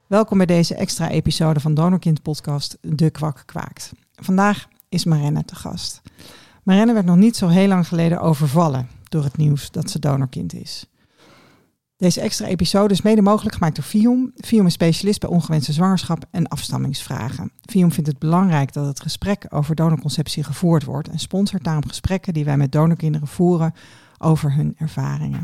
Welkom bij deze extra episode van Donorkind podcast De Kwak Kwaakt. Vandaag is Marenne te gast. Marenne werd nog niet zo heel lang geleden overvallen door het nieuws dat ze donorkind is. Deze extra episode is mede mogelijk gemaakt door Vium. Vium is specialist bij ongewenste zwangerschap en afstammingsvragen. Vium vindt het belangrijk dat het gesprek over donorconceptie gevoerd wordt en sponsort daarom gesprekken die wij met donorkinderen voeren over hun ervaringen.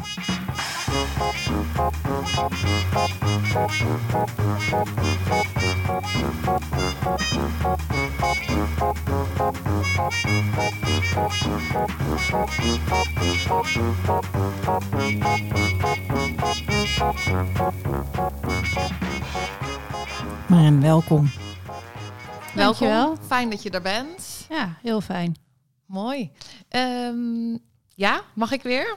Marenne, welkom. Welkom, fijn dat je er bent. Ja, heel fijn. Mooi. Ja, mag ik weer?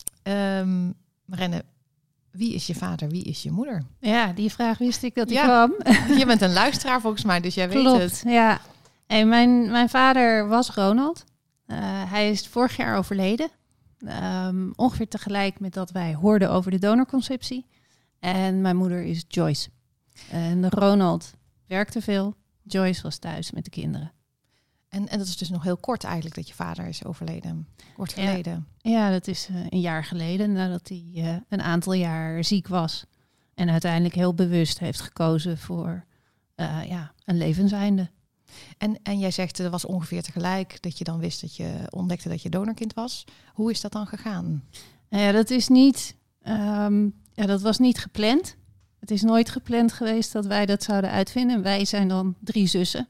Marenne, wie is je vader, wie is je moeder? Ja, die vraag wist ik dat die kwam. Je bent een luisteraar volgens mij, dus jij Klopt, weet het. Ja. En mijn vader was Ronald. Hij is vorig jaar overleden. Ongeveer tegelijk met dat wij hoorden over de donorconceptie. En mijn moeder is Joyce. En Ronald werkte veel. Joyce was thuis met de kinderen. En dat is dus nog heel kort eigenlijk dat je vader is overleden. Kort geleden. Ja, dat is een jaar geleden nadat hij een aantal jaar ziek was. En uiteindelijk heel bewust heeft gekozen voor een levenseinde. En jij zegt, dat was ongeveer tegelijk dat je dan wist dat je ontdekte dat je donorkind was. Hoe is dat dan gegaan? Dat is niet, dat was niet gepland. Het is nooit gepland geweest dat wij dat zouden uitvinden. Wij zijn dan 3 zussen.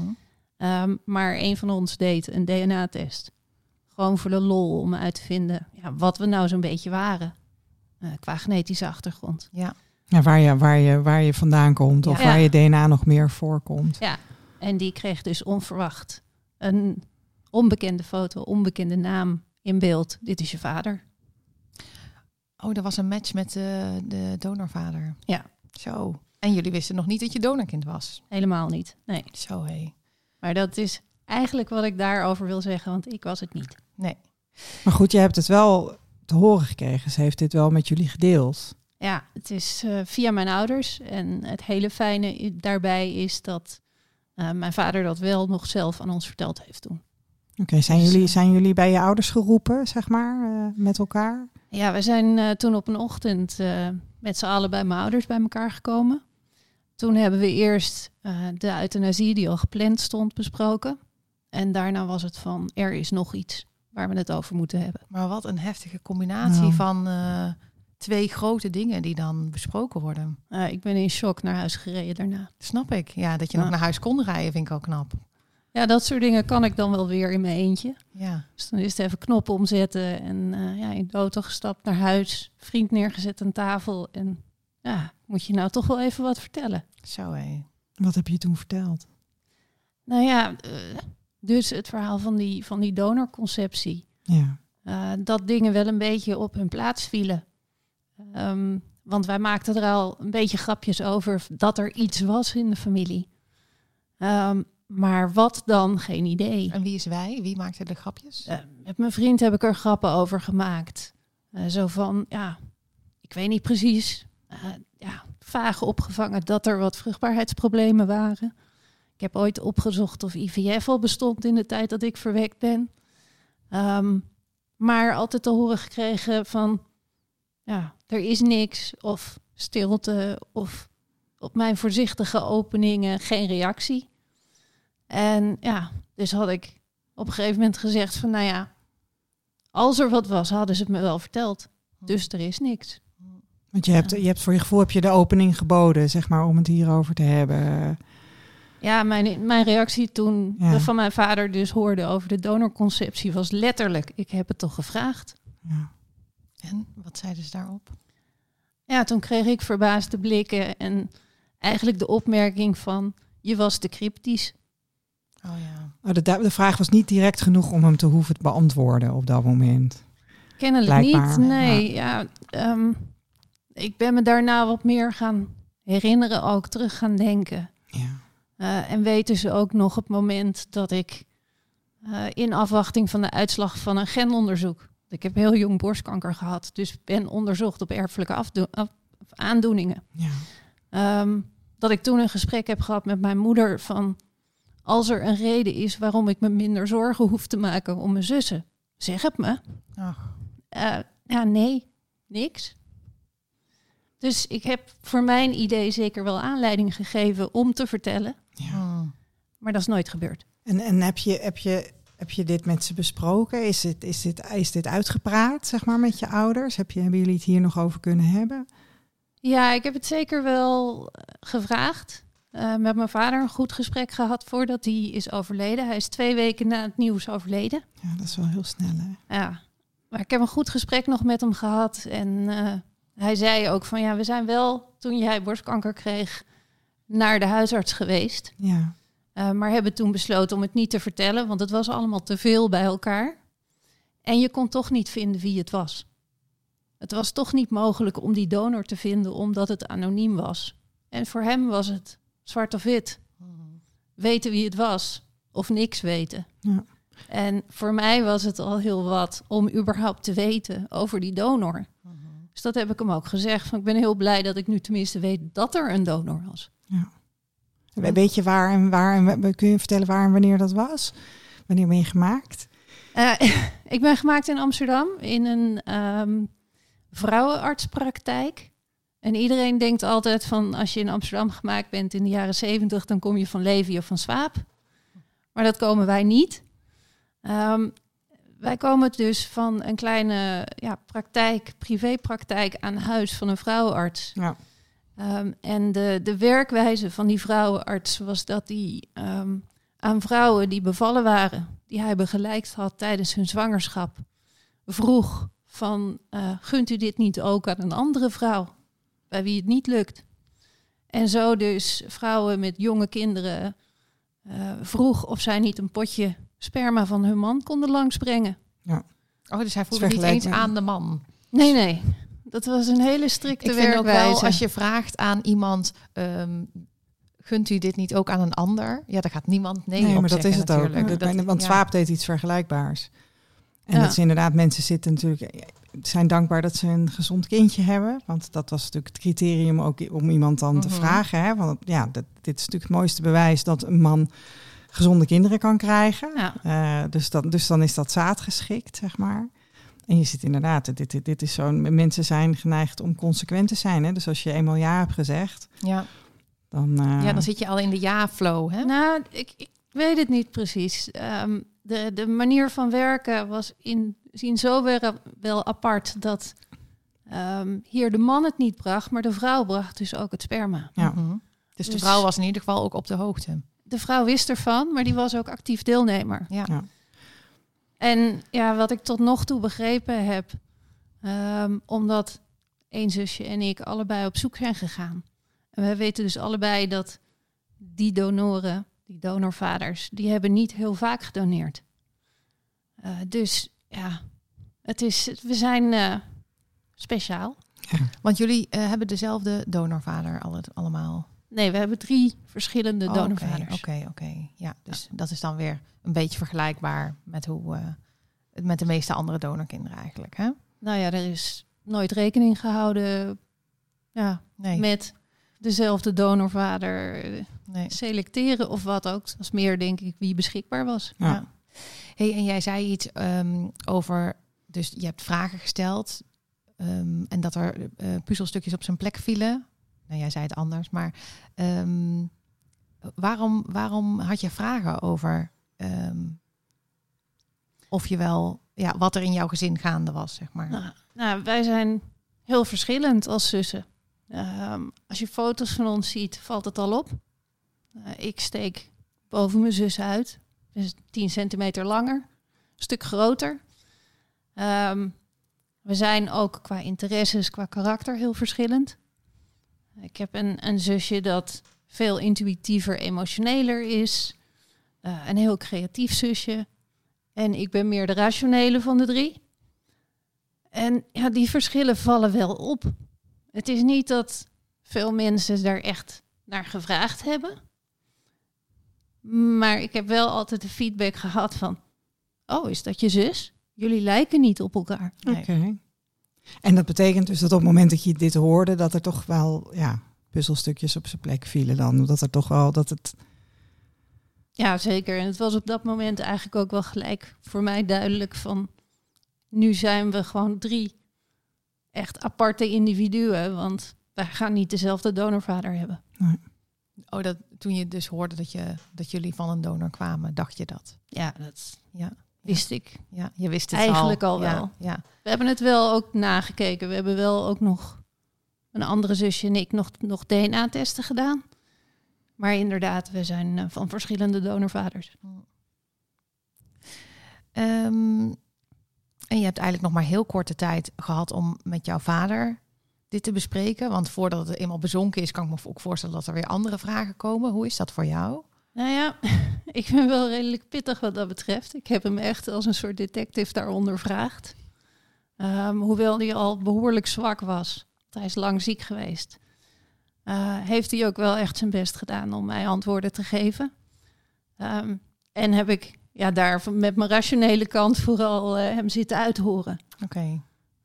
Maar een van ons deed een DNA-test. Gewoon voor de lol om uit te vinden wat we nou zo'n beetje waren. Qua genetische achtergrond. Ja, waar je vandaan komt of waar je DNA nog meer voorkomt. Ja, en die kreeg dus onverwacht een onbekende foto, onbekende naam in beeld. Dit is je vader. Oh, er was een match met de donorvader. Ja. Zo. En jullie wisten nog niet dat je donorkind was? Helemaal niet, nee. Zo, hé. Maar dat is eigenlijk wat ik daarover wil zeggen, want ik was het niet. Nee. Maar goed, je hebt het wel te horen gekregen. Ze heeft dit wel met jullie gedeeld. Ja, het is via mijn ouders. En het hele fijne daarbij is dat mijn vader dat wel nog zelf aan ons verteld heeft toen. Oké, zijn jullie bij je ouders geroepen, zeg maar, met elkaar? Ja, we zijn toen op een ochtend met z'n allen bij mijn ouders bij elkaar gekomen. Toen hebben we eerst de euthanasie die al gepland stond besproken. En daarna was het van, er is nog iets waar we het over moeten hebben. Maar wat een heftige combinatie van 2 grote dingen die dan besproken worden. Ik ben in shock naar huis gereden daarna. Snap ik. Ja, dat je nog naar huis kon rijden vind ik al knap. Ja, dat soort dingen kan ik dan wel weer in mijn eentje. Ja. Dus dan is het even knoppen omzetten en in de auto gestapt naar huis. Vriend neergezet aan tafel en moet je nou toch wel even wat vertellen. Zo hé. Wat heb je toen verteld? Nou ja, dus het verhaal van die donorconceptie. Ja. Dat dingen wel een beetje op hun plaats vielen. Want wij maakten er al een beetje grapjes over dat er iets was in de familie. Maar wat dan? Geen idee. En wie is wij? Wie maakte de grapjes? Met mijn vriend heb ik er grappen over gemaakt. Zo van, ik weet niet precies. Vaag opgevangen dat er wat vruchtbaarheidsproblemen waren. Ik heb ooit opgezocht of IVF al bestond in de tijd dat ik verwekt ben. Maar altijd te horen gekregen van, er is niks. Of stilte. Of op mijn voorzichtige openingen geen reactie. En dus had ik op een gegeven moment gezegd van, als er wat was, hadden ze het me wel verteld. Dus er is niks. Want je hebt voor je gevoel heb je de opening geboden, zeg maar, om het hierover te hebben. Ja, mijn reactie toen we van mijn vader dus hoorden over de donorconceptie was letterlijk, ik heb het toch gevraagd. Ja. En wat zeiden ze daarop? Ja, toen kreeg ik verbaasde blikken en eigenlijk de opmerking van, je was te cryptisch. Oh ja. De vraag was niet direct genoeg om hem te hoeven te beantwoorden op dat moment. Kennelijk Blijkbaar, niet, nee. Ik ben me daarna wat meer gaan herinneren, ook terug gaan denken. Ja. En weten ze ook nog het moment dat ik in afwachting van de uitslag van een genonderzoek. Ik heb heel jong borstkanker gehad, dus ben onderzocht op erfelijke aandoeningen. Ja. dat ik toen een gesprek heb gehad met mijn moeder van... als er een reden is waarom ik me minder zorgen hoef te maken om mijn zussen, zeg het me. Nee, niks. Dus ik heb voor mijn idee zeker wel aanleiding gegeven om te vertellen. Ja. Maar dat is nooit gebeurd. En heb je dit met ze besproken? Is dit uitgepraat, zeg maar, met je ouders? Hebben jullie het hier nog over kunnen hebben? Ja, ik heb het zeker wel gevraagd. Met mijn vader een goed gesprek gehad voordat hij is overleden. Hij is 2 weken na het nieuws overleden. Ja, dat is wel heel snel, hè? Ja, maar ik heb een goed gesprek nog met hem gehad. En hij zei ook van we zijn wel, toen jij borstkanker kreeg, naar de huisarts geweest. Ja. Maar hebben toen besloten om het niet te vertellen, want het was allemaal te veel bij elkaar. En je kon toch niet vinden wie het was. Het was toch niet mogelijk om die donor te vinden, omdat het anoniem was. En voor hem was het zwart of wit. Weten wie het was of niks weten. Ja. En voor mij was het al heel wat om überhaupt te weten over die donor. Dus dat heb ik hem ook gezegd. Van, ik ben heel blij dat ik nu tenminste weet dat er een donor was. Ja. Weet je waar en kun je vertellen waar en wanneer dat was? Wanneer ben je gemaakt? Ik ben gemaakt in Amsterdam in een vrouwenartspraktijk. En iedereen denkt altijd van als je in Amsterdam gemaakt bent in de jaren 70, dan kom je van Levi of van Swaap. Maar dat komen wij niet. Wij komen dus van een kleine privépraktijk aan huis van een vrouwenarts. Ja. En de werkwijze van die vrouwenarts was dat hij aan vrouwen die bevallen waren, die hij begeleid had tijdens hun zwangerschap, vroeg van gunt u dit niet ook aan een andere vrouw bij wie het niet lukt? En zo dus vrouwen met jonge kinderen vroeg of zij niet een potje sperma van hun man konden langsbrengen. Ja. Oh, dus hij vroeg het niet eens aan de man. Nee. Dat was een hele strikte werkwijze. Ik vind ook wel, als je vraagt aan iemand, gunt u dit niet ook aan een ander? Ja, daar gaat niemand nee op maar dat is het natuurlijk. ook. Want Swaap deed iets vergelijkbaars. En dat is inderdaad, mensen zitten natuurlijk, zijn dankbaar dat ze een gezond kindje hebben. Want dat was natuurlijk het criterium ook om iemand dan te vragen. Hè? Want dit is natuurlijk het mooiste bewijs dat een man gezonde kinderen kan krijgen. Ja. Dus dan is dat zaadgeschikt, zeg maar. En je ziet inderdaad, dit is zo'n... Mensen zijn geneigd om consequent te zijn. Hè? Dus als je eenmaal ja hebt gezegd, dan zit je al in de ja-flow, hè? Nou, ik weet het niet precies. De manier van werken was in zoverre wel apart dat hier de man het niet bracht, maar de vrouw bracht dus ook het sperma. Ja. Dus de vrouw was in ieder geval ook op de hoogte. De vrouw wist ervan, maar die was ook actief deelnemer. Ja. En wat ik tot nog toe begrepen heb, omdat één zusje en ik allebei op zoek zijn gegaan. En we weten dus allebei dat die donoren, die donorvaders, die hebben niet heel vaak gedoneerd. We zijn speciaal. Ja. Want jullie hebben dezelfde donorvader allemaal? Nee, we hebben 3 verschillende donorvaders. Oké. Ja, dus dat is dan weer een beetje vergelijkbaar met met de meeste andere donorkinderen eigenlijk, hè? Nou ja, er is nooit rekening gehouden met dezelfde donorvader selecteren of wat ook. Dat is meer, denk ik, wie beschikbaar was. Ja. Hey, en jij zei iets over, dus je hebt vragen gesteld en dat er puzzelstukjes op zijn plek vielen. Nou, jij zei het anders, maar waarom had je vragen over of je wel, wat er in jouw gezin gaande was, zeg maar? Nou, wij zijn heel verschillend als zussen. Als je foto's van ons ziet, valt het al op. Ik steek boven mijn zus uit. Dus 10 centimeter langer, een stuk groter. We zijn ook qua interesses, qua karakter heel verschillend. Ik heb een zusje dat veel intuïtiever, emotioneler is. Een heel creatief zusje. En ik ben meer de rationele van de 3. En die verschillen vallen wel op. Het is niet dat veel mensen daar echt naar gevraagd hebben. Maar ik heb wel altijd de feedback gehad van, oh, is dat je zus? Jullie lijken niet op elkaar. Oké. En dat betekent dus dat op het moment dat je dit hoorde, dat er toch wel puzzelstukjes op zijn plek vielen dan? Omdat er toch wel dat het... Ja, zeker. En het was op dat moment eigenlijk ook wel gelijk voor mij duidelijk van... nu zijn we gewoon 3 echt aparte individuen. Want wij gaan niet dezelfde donorvader hebben. Nee. Oh, toen je dus hoorde dat jullie van een donor kwamen, dacht je dat? Ja, dat Ja. wist ik. Ja, je wist het Eigenlijk al Ja, wel. Ja. We hebben het wel ook nagekeken. We hebben wel ook nog, een andere zusje en ik, nog DNA-testen gedaan. Maar inderdaad, we zijn van verschillende donorvaders. En je hebt eigenlijk nog maar heel korte tijd gehad om met jouw vader dit te bespreken. Want voordat het eenmaal bezonken is, kan ik me ook voorstellen dat er weer andere vragen komen. Hoe is dat voor jou? Nou ja, ik ben wel redelijk pittig wat dat betreft. Ik heb hem echt als een soort detective daar ondervraagd. Hoewel hij al behoorlijk zwak was. Hij is lang ziek geweest. Heeft hij ook wel echt zijn best gedaan om mij antwoorden te geven. En heb ik daar met mijn rationele kant vooral hem zitten uithoren. Oké.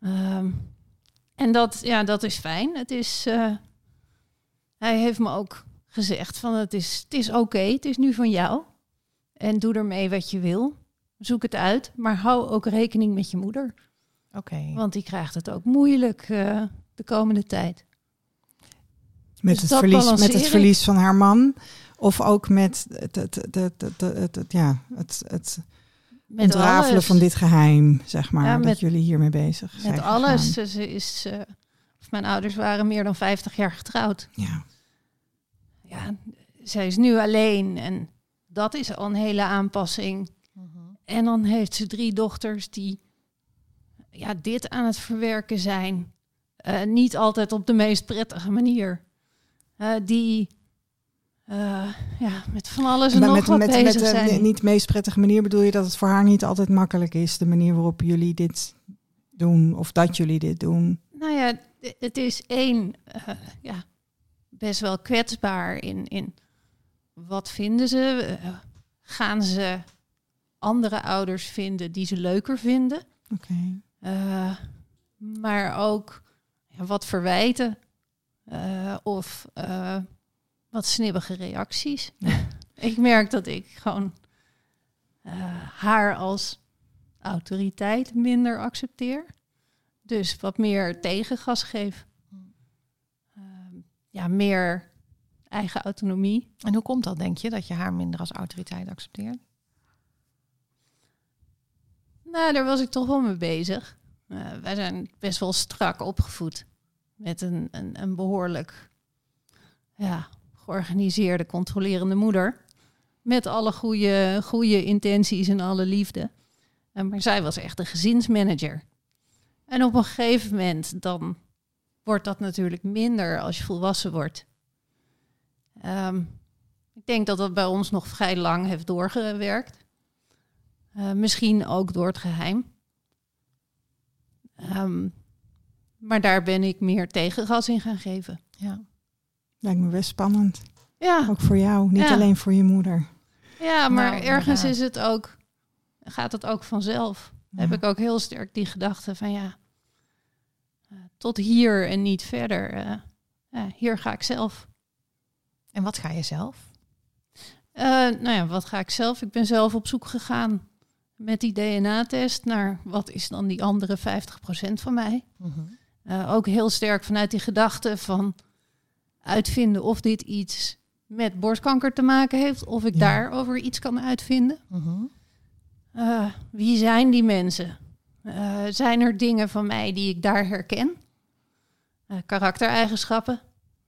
En dat is fijn. Het is, hij heeft me ook gezegd van het is oké, het is nu van jou. En doe ermee wat je wil. Zoek het uit, maar hou ook rekening met je moeder. Oké. Want die krijgt het ook moeilijk de komende tijd. Met, Dus het verlies van haar man? Of ook met het ontrafelen alles. van dit geheim, zeg maar, Ja, dat jullie hiermee bezig zijn Met alles. Mijn ouders waren meer dan 50 jaar getrouwd. Ja. Ja, zij is nu alleen en dat is al een hele aanpassing. En dan heeft ze 3 dochters die dit aan het verwerken zijn. Niet altijd op de meest prettige manier. Die met van alles en nog wat bezig zijn. Niet de meest prettige manier bedoel je dat het voor haar niet altijd makkelijk is, de manier waarop jullie dit doen of dat jullie dit doen? Nou ja, het is best wel kwetsbaar in wat vinden ze? Gaan ze andere ouders vinden die ze leuker vinden? Oké. Maar ook wat verwijten of wat snibbige reacties. Ja. Ik merk dat ik gewoon haar als autoriteit minder accepteer. Dus wat meer tegengas geef. Meer eigen autonomie. En hoe komt dat, denk je, dat je haar minder als autoriteit accepteert? Nou, daar was ik toch wel mee bezig. Wij zijn best wel strak opgevoed. Met een behoorlijk georganiseerde, controlerende moeder. Met alle goede intenties en alle liefde. Maar zij was echt een gezinsmanager. En op een gegeven moment dan wordt dat natuurlijk minder als je volwassen wordt. Ik denk dat dat bij ons nog vrij lang heeft doorgewerkt. Misschien ook door het geheim. Maar daar ben ik meer tegengas in gaan geven. Ja. Lijkt me best spannend. Ja. Ook voor jou, niet alleen voor je moeder. Ja, maar Nou, ergens inderdaad. gaat het ook vanzelf. Ja. Heb ik ook heel sterk die gedachte van tot hier en niet verder. Hier ga ik zelf. En wat ga je zelf? Wat ga ik zelf? Ik ben zelf op zoek gegaan met die DNA-test naar wat is dan die andere 50% van mij. Ook heel sterk vanuit die gedachte van uitvinden of dit iets met borstkanker te maken heeft. Of ik daarover iets kan uitvinden. Wie zijn die mensen? Zijn er dingen van mij die ik daar herken? Karaktereigenschappen.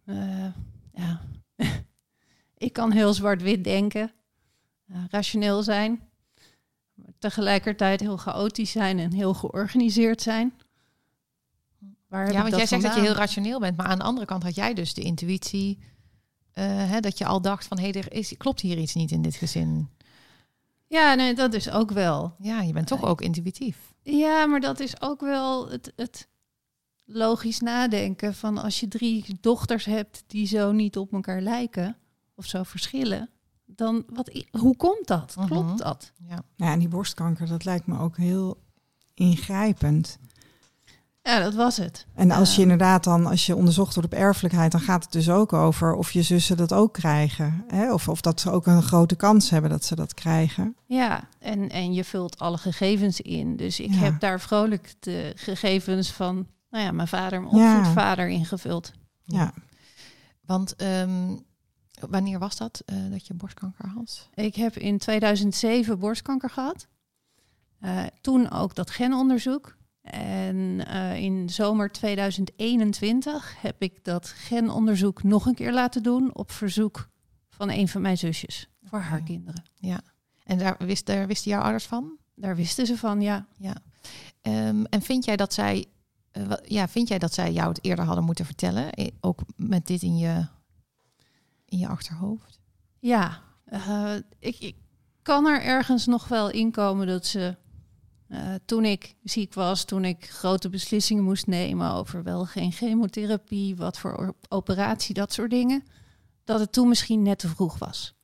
Ik kan heel zwart-wit denken. Rationeel zijn. Maar tegelijkertijd heel chaotisch zijn en heel georganiseerd zijn. Want jij zegt dat je heel rationeel bent. Maar aan de andere kant had jij dus de intuïtie. Dat je al dacht van klopt hier iets niet in dit gezin? Ja, nee, dat is ook wel. Ja, je bent toch ook intuïtief. Ja, maar dat is ook wel het logisch nadenken van als je 3 dochters hebt die zo niet op elkaar lijken of zo verschillen, dan hoe komt dat? Klopt dat? Ja. Ja, en die borstkanker, dat lijkt me ook heel ingrijpend. Ja, dat was het. En als je inderdaad dan, als je onderzocht wordt op erfelijkheid, dan gaat het dus ook over of je zussen dat ook krijgen. Hè? Of dat ze ook een grote kans hebben dat ze dat krijgen. Ja, en je vult alle gegevens in. Dus ik heb daar vrolijk de gegevens van mijn vader, mijn opvoedvader ingevuld. Ja. Want wanneer was dat je borstkanker had? Ik heb in 2007 borstkanker gehad. Toen ook dat genonderzoek. En in zomer 2021 heb ik dat genonderzoek nog een keer laten doen op verzoek van een van mijn zusjes voor haar kinderen. Ja. En daar wisten jouw ouders van? Daar wisten ze van, ja. En vind jij dat zij jou het eerder hadden moeten vertellen? Ook met dit in je achterhoofd? Ja, ik kan er ergens nog wel inkomen dat ze... toen ik ziek was, toen ik grote beslissingen moest nemen over wel geen chemotherapie, wat voor operatie, dat soort dingen, dat het toen misschien net te vroeg was.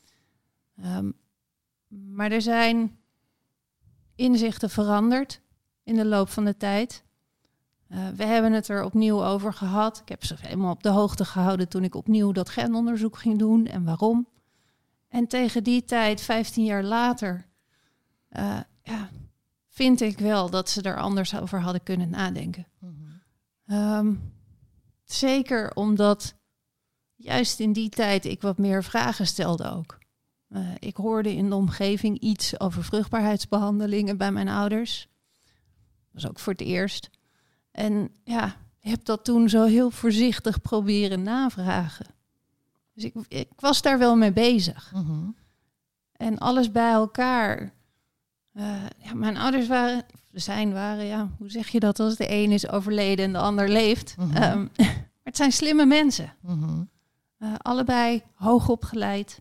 Maar er zijn inzichten veranderd in de loop van de tijd. We hebben het er opnieuw over gehad. Ik heb ze helemaal op de hoogte gehouden toen ik opnieuw dat genonderzoek ging doen en waarom. En tegen die tijd, 15 jaar later, vind ik wel dat ze er anders over hadden kunnen nadenken. Zeker omdat juist in die tijd ik wat meer vragen stelde ook. Ik hoorde in de omgeving iets over vruchtbaarheidsbehandelingen bij mijn ouders. Dat was ook voor het eerst. En heb dat toen zo heel voorzichtig proberen navragen. Dus ik was daar wel mee bezig. En alles bij elkaar... mijn ouders waren, hoe zeg je dat als de een is overleden en de ander leeft? Maar het zijn slimme mensen. Allebei hoog opgeleid.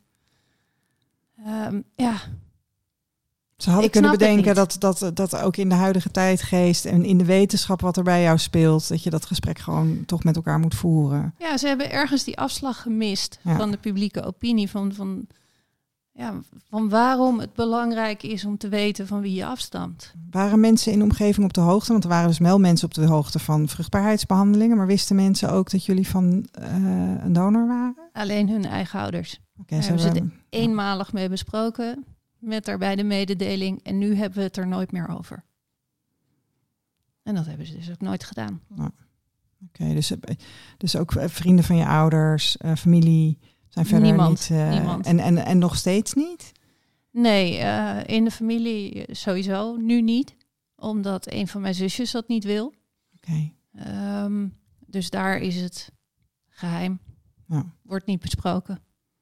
Ze hadden kunnen bedenken dat ook in de huidige tijdgeest en in de wetenschap wat er bij jou speelt, dat je dat gesprek gewoon toch met elkaar moet voeren. Ja, ze hebben ergens die afslag gemist van de publieke opinie van waarom het belangrijk is om te weten van wie je afstamt. Waren mensen in de omgeving op de hoogte? Want er waren dus wel mensen op de hoogte van vruchtbaarheidsbehandelingen. Maar wisten mensen ook dat jullie van een donor waren? Alleen hun eigen ouders. Daar hebben ze het eenmalig mee besproken. Met daarbij de mededeling. En nu hebben we het er nooit meer over. En dat hebben ze dus ook nooit gedaan. Oké, dus ook vrienden van je ouders, familie... zijn verder niemand. En nog steeds niet? Nee, in de familie sowieso nu niet. Omdat een van mijn zusjes dat niet wil. Oké. Dus daar is het geheim. Wordt niet besproken.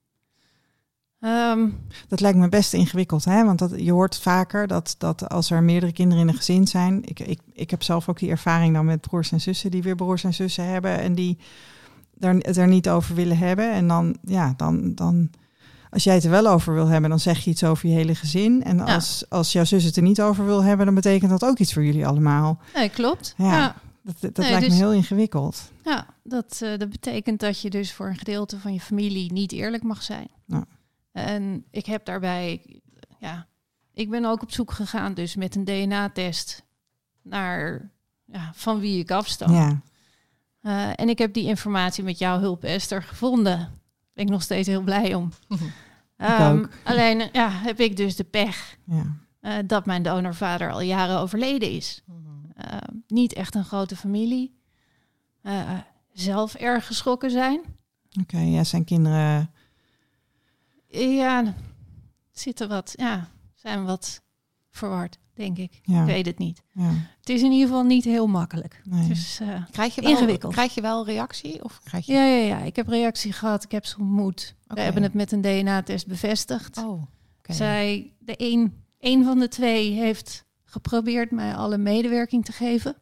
Dat lijkt me best ingewikkeld, hè? Want je hoort vaker dat als er meerdere kinderen in een gezin zijn... Ik heb zelf ook die ervaring dan met broers en zussen... die weer broers en zussen hebben en die... het er niet over willen hebben. En dan als jij het er wel over wil hebben, dan zeg je iets over je hele gezin. En als jouw zus het er niet over wil hebben, dan betekent dat ook iets voor jullie allemaal. Nee, klopt. Dat lijkt me heel ingewikkeld. Ja, dat betekent dat je dus voor een gedeelte van je familie niet eerlijk mag zijn. Ja. En ik heb daarbij, ik ben ook op zoek gegaan dus met een DNA-test naar van wie ik afstam. Ja. En ik heb die informatie met jouw hulp, Esther, gevonden. Daar ben ik nog steeds heel blij om. Alleen heb ik dus de pech dat mijn donorvader al jaren overleden is. Niet echt een grote familie. Zelf erg geschrokken zijn. Oké, zijn kinderen... zijn wat verward, denk ik. Ja. Ik weet het niet. Ja. Het is in ieder geval niet heel makkelijk. Nee. Dus ingewikkeld. Krijg je wel reactie? Of krijg je... Ja, ik heb reactie gehad. Ik heb ze ontmoet. We hebben het met een DNA-test bevestigd. Zij, een van de twee heeft geprobeerd mij alle medewerking te geven.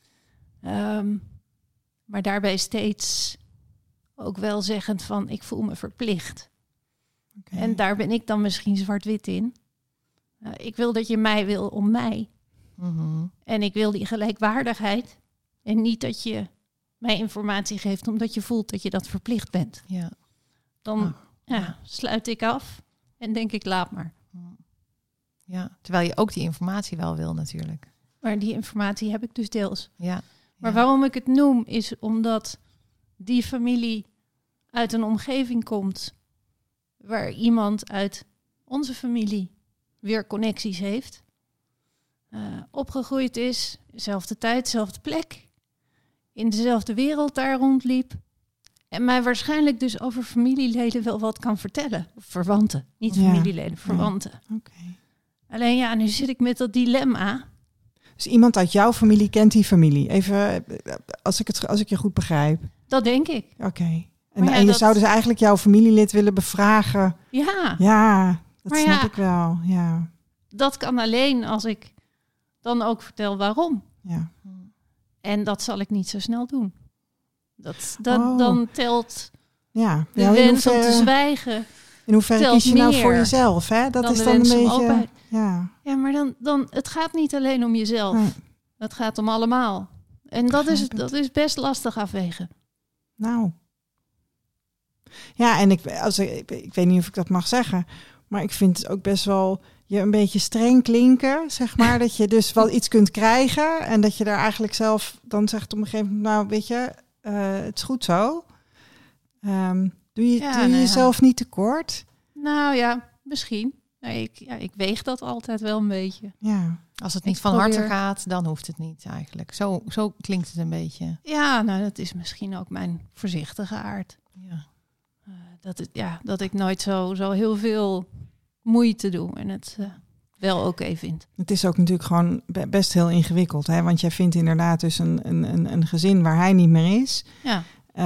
Maar daarbij steeds ook wel zeggend van, ik voel me verplicht. En daar ben ik dan misschien zwart-wit in. Ik wil dat je mij wil om mij. En ik wil die gelijkwaardigheid. En niet dat je mij informatie geeft omdat je voelt dat je dat verplicht bent. Ja. Dan sluit ik af en denk ik, laat maar. Ja, terwijl je ook die informatie wel wil natuurlijk. Maar die informatie heb ik dus deels. Ja. Maar waarom ik het noem is omdat die familie uit een omgeving komt waar iemand uit onze familie weer connecties heeft. Opgegroeid is, dezelfde tijd, dezelfde plek, in dezelfde wereld daar rondliep. En mij waarschijnlijk dus over familieleden wel wat kan vertellen. Verwanten, niet familieleden, verwanten. Ja. Okay. Alleen nu zit ik met dat dilemma. Dus iemand uit jouw familie kent die familie. Even, als ik je goed begrijp. Dat denk ik. Oké. En je zou dus eigenlijk jouw familielid willen bevragen. Ja. Ja, dat snap ik wel. Ja. Dat kan alleen als ik dan ook vertel waarom. Ja. En dat zal ik niet zo snel doen. Dan telt de wens om te zwijgen. In hoeverre kies je nou voor jezelf? Hè? Dat is dan een beetje... Ja, maar dan het gaat niet alleen om jezelf. Nee. Het gaat om allemaal. En dat is best lastig afwegen. Nou. Ja, en ik weet niet of ik dat mag zeggen, maar ik vind het ook best wel je een beetje streng klinken, zeg maar. Dat je dus wel iets kunt krijgen en dat je daar eigenlijk zelf dan zegt op een gegeven moment, nou weet je, het is goed zo. Doe je jezelf niet tekort? Nou ja, misschien. Ik weeg dat altijd wel een beetje. Ja. Als het niet van harte gaat, dan hoeft het niet eigenlijk. Zo klinkt het een beetje. Ja, nou dat is misschien ook mijn voorzichtige aard. Ja. Dat ik nooit zo heel veel moeite doe en het wel oké vind. Het is ook natuurlijk gewoon best heel ingewikkeld, hè? Want jij vindt inderdaad dus een gezin waar hij niet meer is. Ja.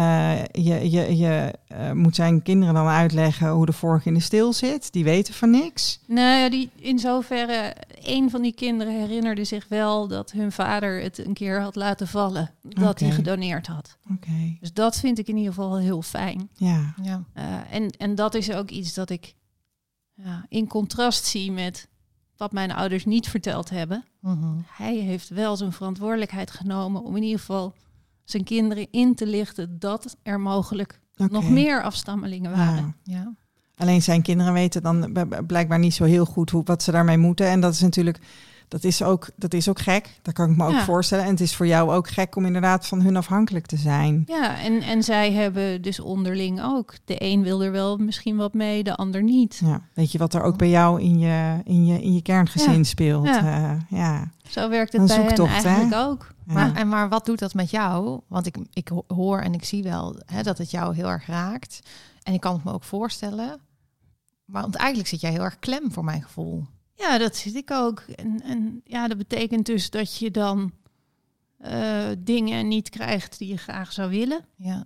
Je moet zijn kinderen dan uitleggen hoe de vork in de steel zit. Die weten van niks. Nou, in zoverre, een van die kinderen herinnerde zich wel dat hun vader het een keer had laten vallen. Dat hij gedoneerd had. Okay. Dus dat vind ik in ieder geval heel fijn. Ja. En dat is ook iets dat ik in contrast zie met wat mijn ouders niet verteld hebben. Mm-hmm. Hij heeft wel zijn verantwoordelijkheid genomen om in ieder geval zijn kinderen in te lichten dat er mogelijk nog meer afstammelingen waren. Ja. Alleen zijn kinderen weten dan blijkbaar niet zo heel goed wat ze daarmee moeten. En dat is natuurlijk, dat is ook gek. Dat kan ik me ook voorstellen. En het is voor jou ook gek om inderdaad van hun afhankelijk te zijn. Ja, en zij hebben dus onderling ook. De een wil er wel misschien wat mee, de ander niet. Ja, weet je wat er ook bij jou in je kerngezin speelt? Ja. Zo werkt het bij hen eigenlijk ook. Ja. Maar wat doet dat met jou? Want ik hoor en ik zie wel dat het jou heel erg raakt. En ik kan het me ook voorstellen. Want eigenlijk zit jij heel erg klem voor mijn gevoel. Ja, dat zit ik ook. En dat betekent dus dat je dan dingen niet krijgt die je graag zou willen. Ja.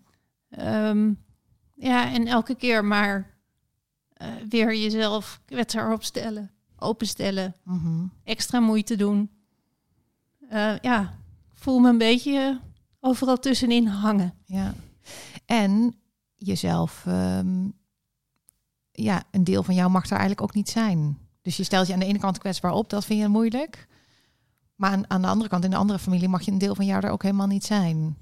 En elke keer maar weer jezelf kwetsbaar opstellen, openstellen, extra moeite doen. Voel me een beetje overal tussenin hangen. Ja. En jezelf, een deel van jou mag er eigenlijk ook niet zijn. Dus je stelt je aan de ene kant kwetsbaar op, dat vind je moeilijk. Maar aan de andere kant, in de andere familie, mag je een deel van jou er ook helemaal niet zijn.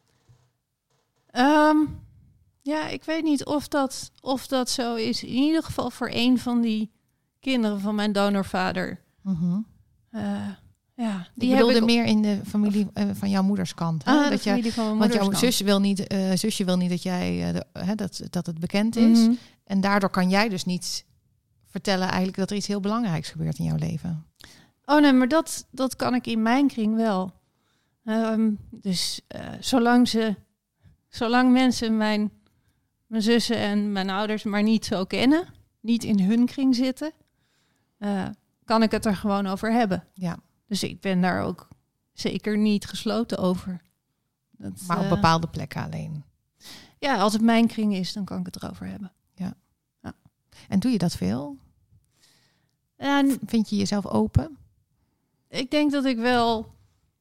Ik weet niet of dat zo is. In ieder geval voor een van die kinderen van mijn donorvader. Mm-hmm. Die bedoelde meer in de familie van jouw moeders kant. Hè? De familie van mijn moeders kant. Want jouw zusje wil niet dat jij dat het bekend is. Mm-hmm. En daardoor kan jij dus niet vertellen eigenlijk dat er iets heel belangrijks gebeurt in jouw leven. Oh nee, maar dat kan ik in mijn kring wel. Zolang mensen mijn zussen en mijn ouders maar niet zo kennen, niet in hun kring zitten, kan ik het er gewoon over hebben. Ja. Dus ik ben daar ook zeker niet gesloten over. Maar op bepaalde plekken alleen. Ja, als het mijn kring is, dan kan ik het erover hebben. Ja. En doe je dat veel? En vind je jezelf open? Ik denk dat ik wel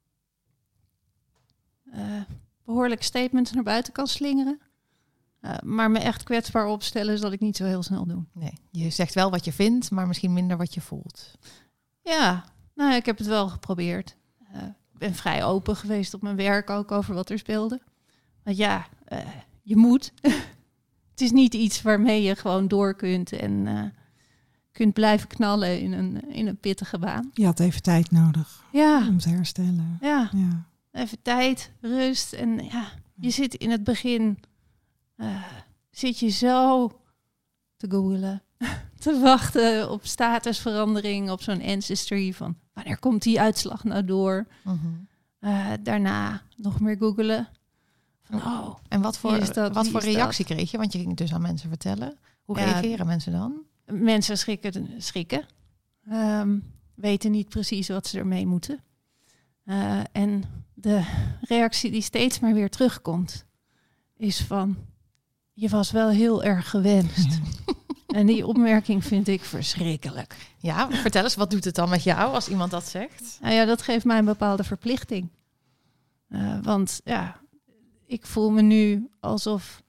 behoorlijk statements naar buiten kan slingeren. Maar me echt kwetsbaar opstellen is dat ik niet zo heel snel doe. Nee, je zegt wel wat je vindt, maar misschien minder wat je voelt. Ja, nou, ik heb het wel geprobeerd. Ik ben vrij open geweest op mijn werk ook over wat er speelde. Want je moet. Het is niet iets waarmee je gewoon door kunt en kunt blijven knallen in een pittige baan. Je had even tijd nodig om te herstellen. Ja. Even tijd, rust. En ja, je zit in het begin... zit je zo te googlen, te wachten op statusverandering, op zo'n Ancestry van wanneer komt die uitslag nou door? Daarna nog meer googelen. Van, en wat voor reactie kreeg je? Want je ging het dus aan mensen vertellen. Hoe reageren mensen dan? Mensen schrikken. Weten niet precies wat ze ermee moeten. En de reactie die steeds maar weer terugkomt, is van... Je was wel heel erg gewenst. Ja. En die opmerking vind ik verschrikkelijk. Ja, vertel eens, wat doet het dan met jou als iemand dat zegt? Nou ja, dat geeft mij een bepaalde verplichting. Want ja, ik voel me nu alsof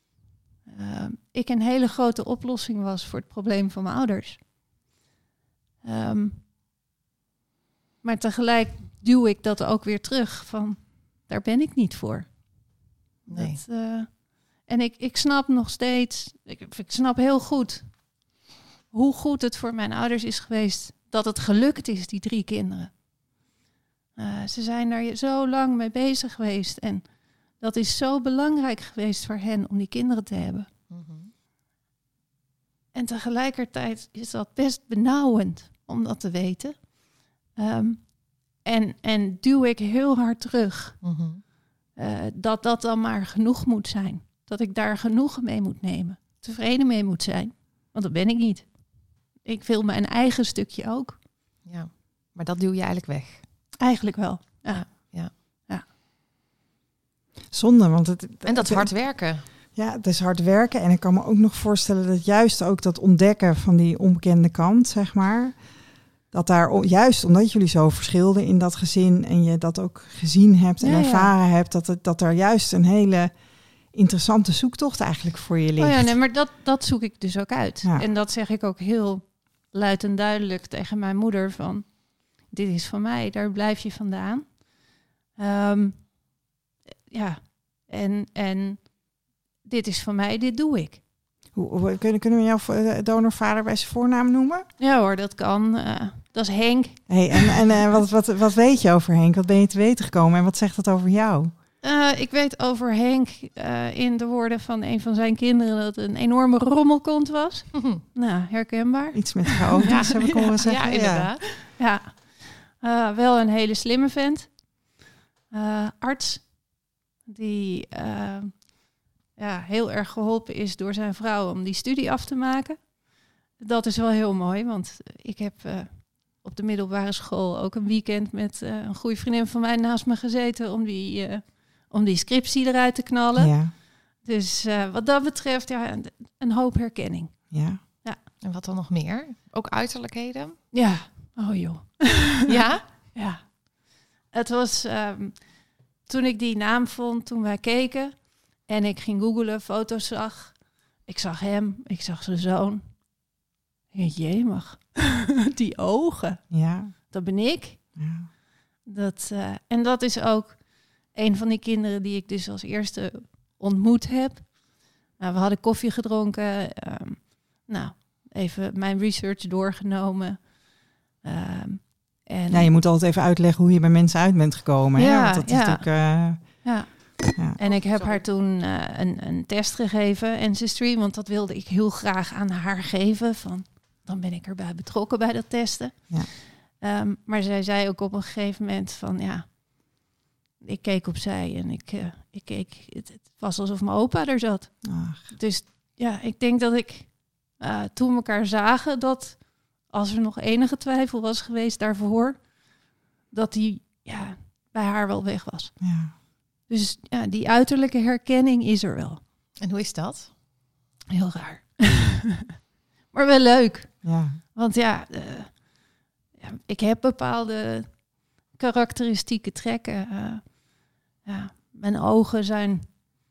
ik een hele grote oplossing was voor het probleem van mijn ouders. Maar tegelijk duw ik dat ook weer terug van, daar ben ik niet voor. Nee. En ik snap nog steeds, ik snap heel goed hoe goed het voor mijn ouders is geweest dat het gelukt is, die 3 kinderen. Ze zijn daar zo lang mee bezig geweest en dat is zo belangrijk geweest voor hen om die kinderen te hebben. Mm-hmm. En tegelijkertijd is dat best benauwend om dat te weten. En duw ik heel hard terug dat dan maar genoeg moet zijn. Dat ik daar genoegen mee moet nemen. Tevreden mee moet zijn. Want dat ben ik niet. Ik wil mijn eigen stukje ook. Ja, maar dat duw je eigenlijk weg. Eigenlijk wel, ja. Zonde, want en dat is hard werken. Ja, het is hard werken. En ik kan me ook nog voorstellen dat juist ook dat ontdekken van die onbekende kant, zeg maar... Dat daar, juist omdat jullie zo verschilden in dat gezin... en je dat ook gezien hebt en ervaren hebt... dat er juist een hele... interessante zoektocht eigenlijk voor je ligt. Oh ja, nee, maar dat zoek ik dus ook uit. Ja. En dat zeg ik ook heel luid en duidelijk tegen mijn moeder van... dit is van mij, daar blijf je vandaan. En dit is van mij, dit doe ik. Kunnen we jouw donorvader bij zijn voornaam noemen? Ja hoor, dat kan. Dat is Henk. Hey, en wat weet je over Henk? Wat ben je te weten gekomen en wat zegt dat over jou? Ik weet over Henk in de woorden van een van zijn kinderen dat het een enorme rommelkont was. Nou, herkenbaar. Iets met chaotisch heb ik horen zeggen. Ja, inderdaad. Ja. Wel een hele slimme vent. Arts. Die heel erg geholpen is door zijn vrouw om die studie af te maken. Dat is wel heel mooi, want ik heb op de middelbare school ook een weekend met een goede vriendin van mij naast me gezeten om die scriptie eruit te knallen. Ja. Dus wat dat betreft, een hoop herkenning. Ja. En wat dan nog meer? Ook uiterlijkheden? Ja. Oh joh. Ja? Ja. Het was toen ik die naam vond, toen wij keken en ik ging googlen, foto's zag. Ik zag hem, ik zag zijn zoon. Jemig. Die ogen. Ja. Dat ben ik. Ja. En dat is ook een van die kinderen die ik dus als eerste ontmoet heb. We hadden koffie gedronken. Even mijn research doorgenomen. Je moet altijd even uitleggen hoe je bij mensen uit bent gekomen. Ja, hè? Want dat is natuurlijk... Ja. En ik heb haar toen een test gegeven, Ancestry, want dat wilde ik heel graag aan haar geven. Dan ben ik erbij betrokken bij dat testen. Ja. Maar zij zei ook op een gegeven moment van ik keek opzij en ik keek. Het was alsof mijn opa er zat. Ach. Dus ik denk dat ik toen we elkaar zagen, dat als er nog enige twijfel was geweest daarvoor, dat die bij haar wel weg was. Ja. Dus die uiterlijke herkenning is er wel. En hoe is dat? Heel raar. Maar wel leuk. Ja. Want ik heb bepaalde karakteristieke trekken. Mijn ogen zijn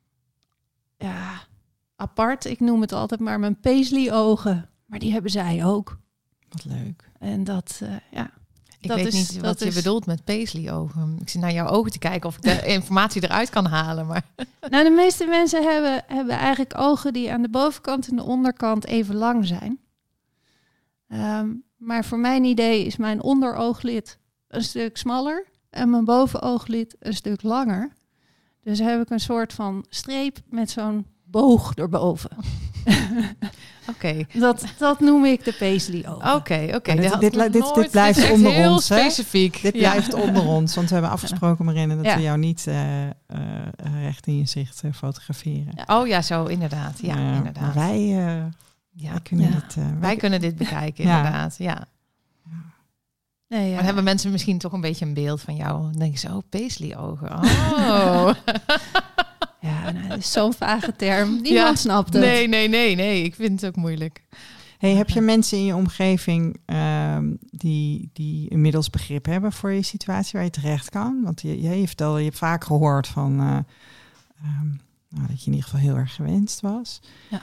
apart. Ik noem het altijd maar mijn Paisley-ogen. Maar die hebben zij ook. Wat leuk. En dat, Ik weet niet wat je bedoelt met Paisley-ogen. Ik zit naar jouw ogen te kijken of ik de informatie eruit kan halen. Maar Nou, de meeste mensen hebben eigenlijk ogen die aan de bovenkant en de onderkant even lang zijn. Maar voor mijn idee is mijn onderooglid een stuk smaller en mijn bovenooglid een stuk langer. Dus heb ik een soort van streep met zo'n boog erboven. Oké. Dat noem ik de Paisley-ogen. Oké. Dit blijft onder heel ons, hè? specifiek. Dit blijft onder ons, want we hebben afgesproken, Marianne, dat Ja. we jou niet recht in je zicht fotograferen. Ja. Oh ja, zo inderdaad. Ja, inderdaad. Maar wij kunnen Ja. dit... Wij kunnen dit bekijken, Ja. inderdaad. Ja. Nee, ja. Maar hebben mensen misschien toch een beetje een beeld van jou? Dan denken ze, Paisley-ogen. Oh. Ja, nou, dat is zo'n vage term. Niemand snapt het. Nee. Ik vind het ook moeilijk. Hey, heb je mensen in je omgeving die inmiddels begrip hebben voor je situatie waar je terecht kan? Want je vertelde, je hebt vaak gehoord van dat je in ieder geval heel erg gewenst was. Ja.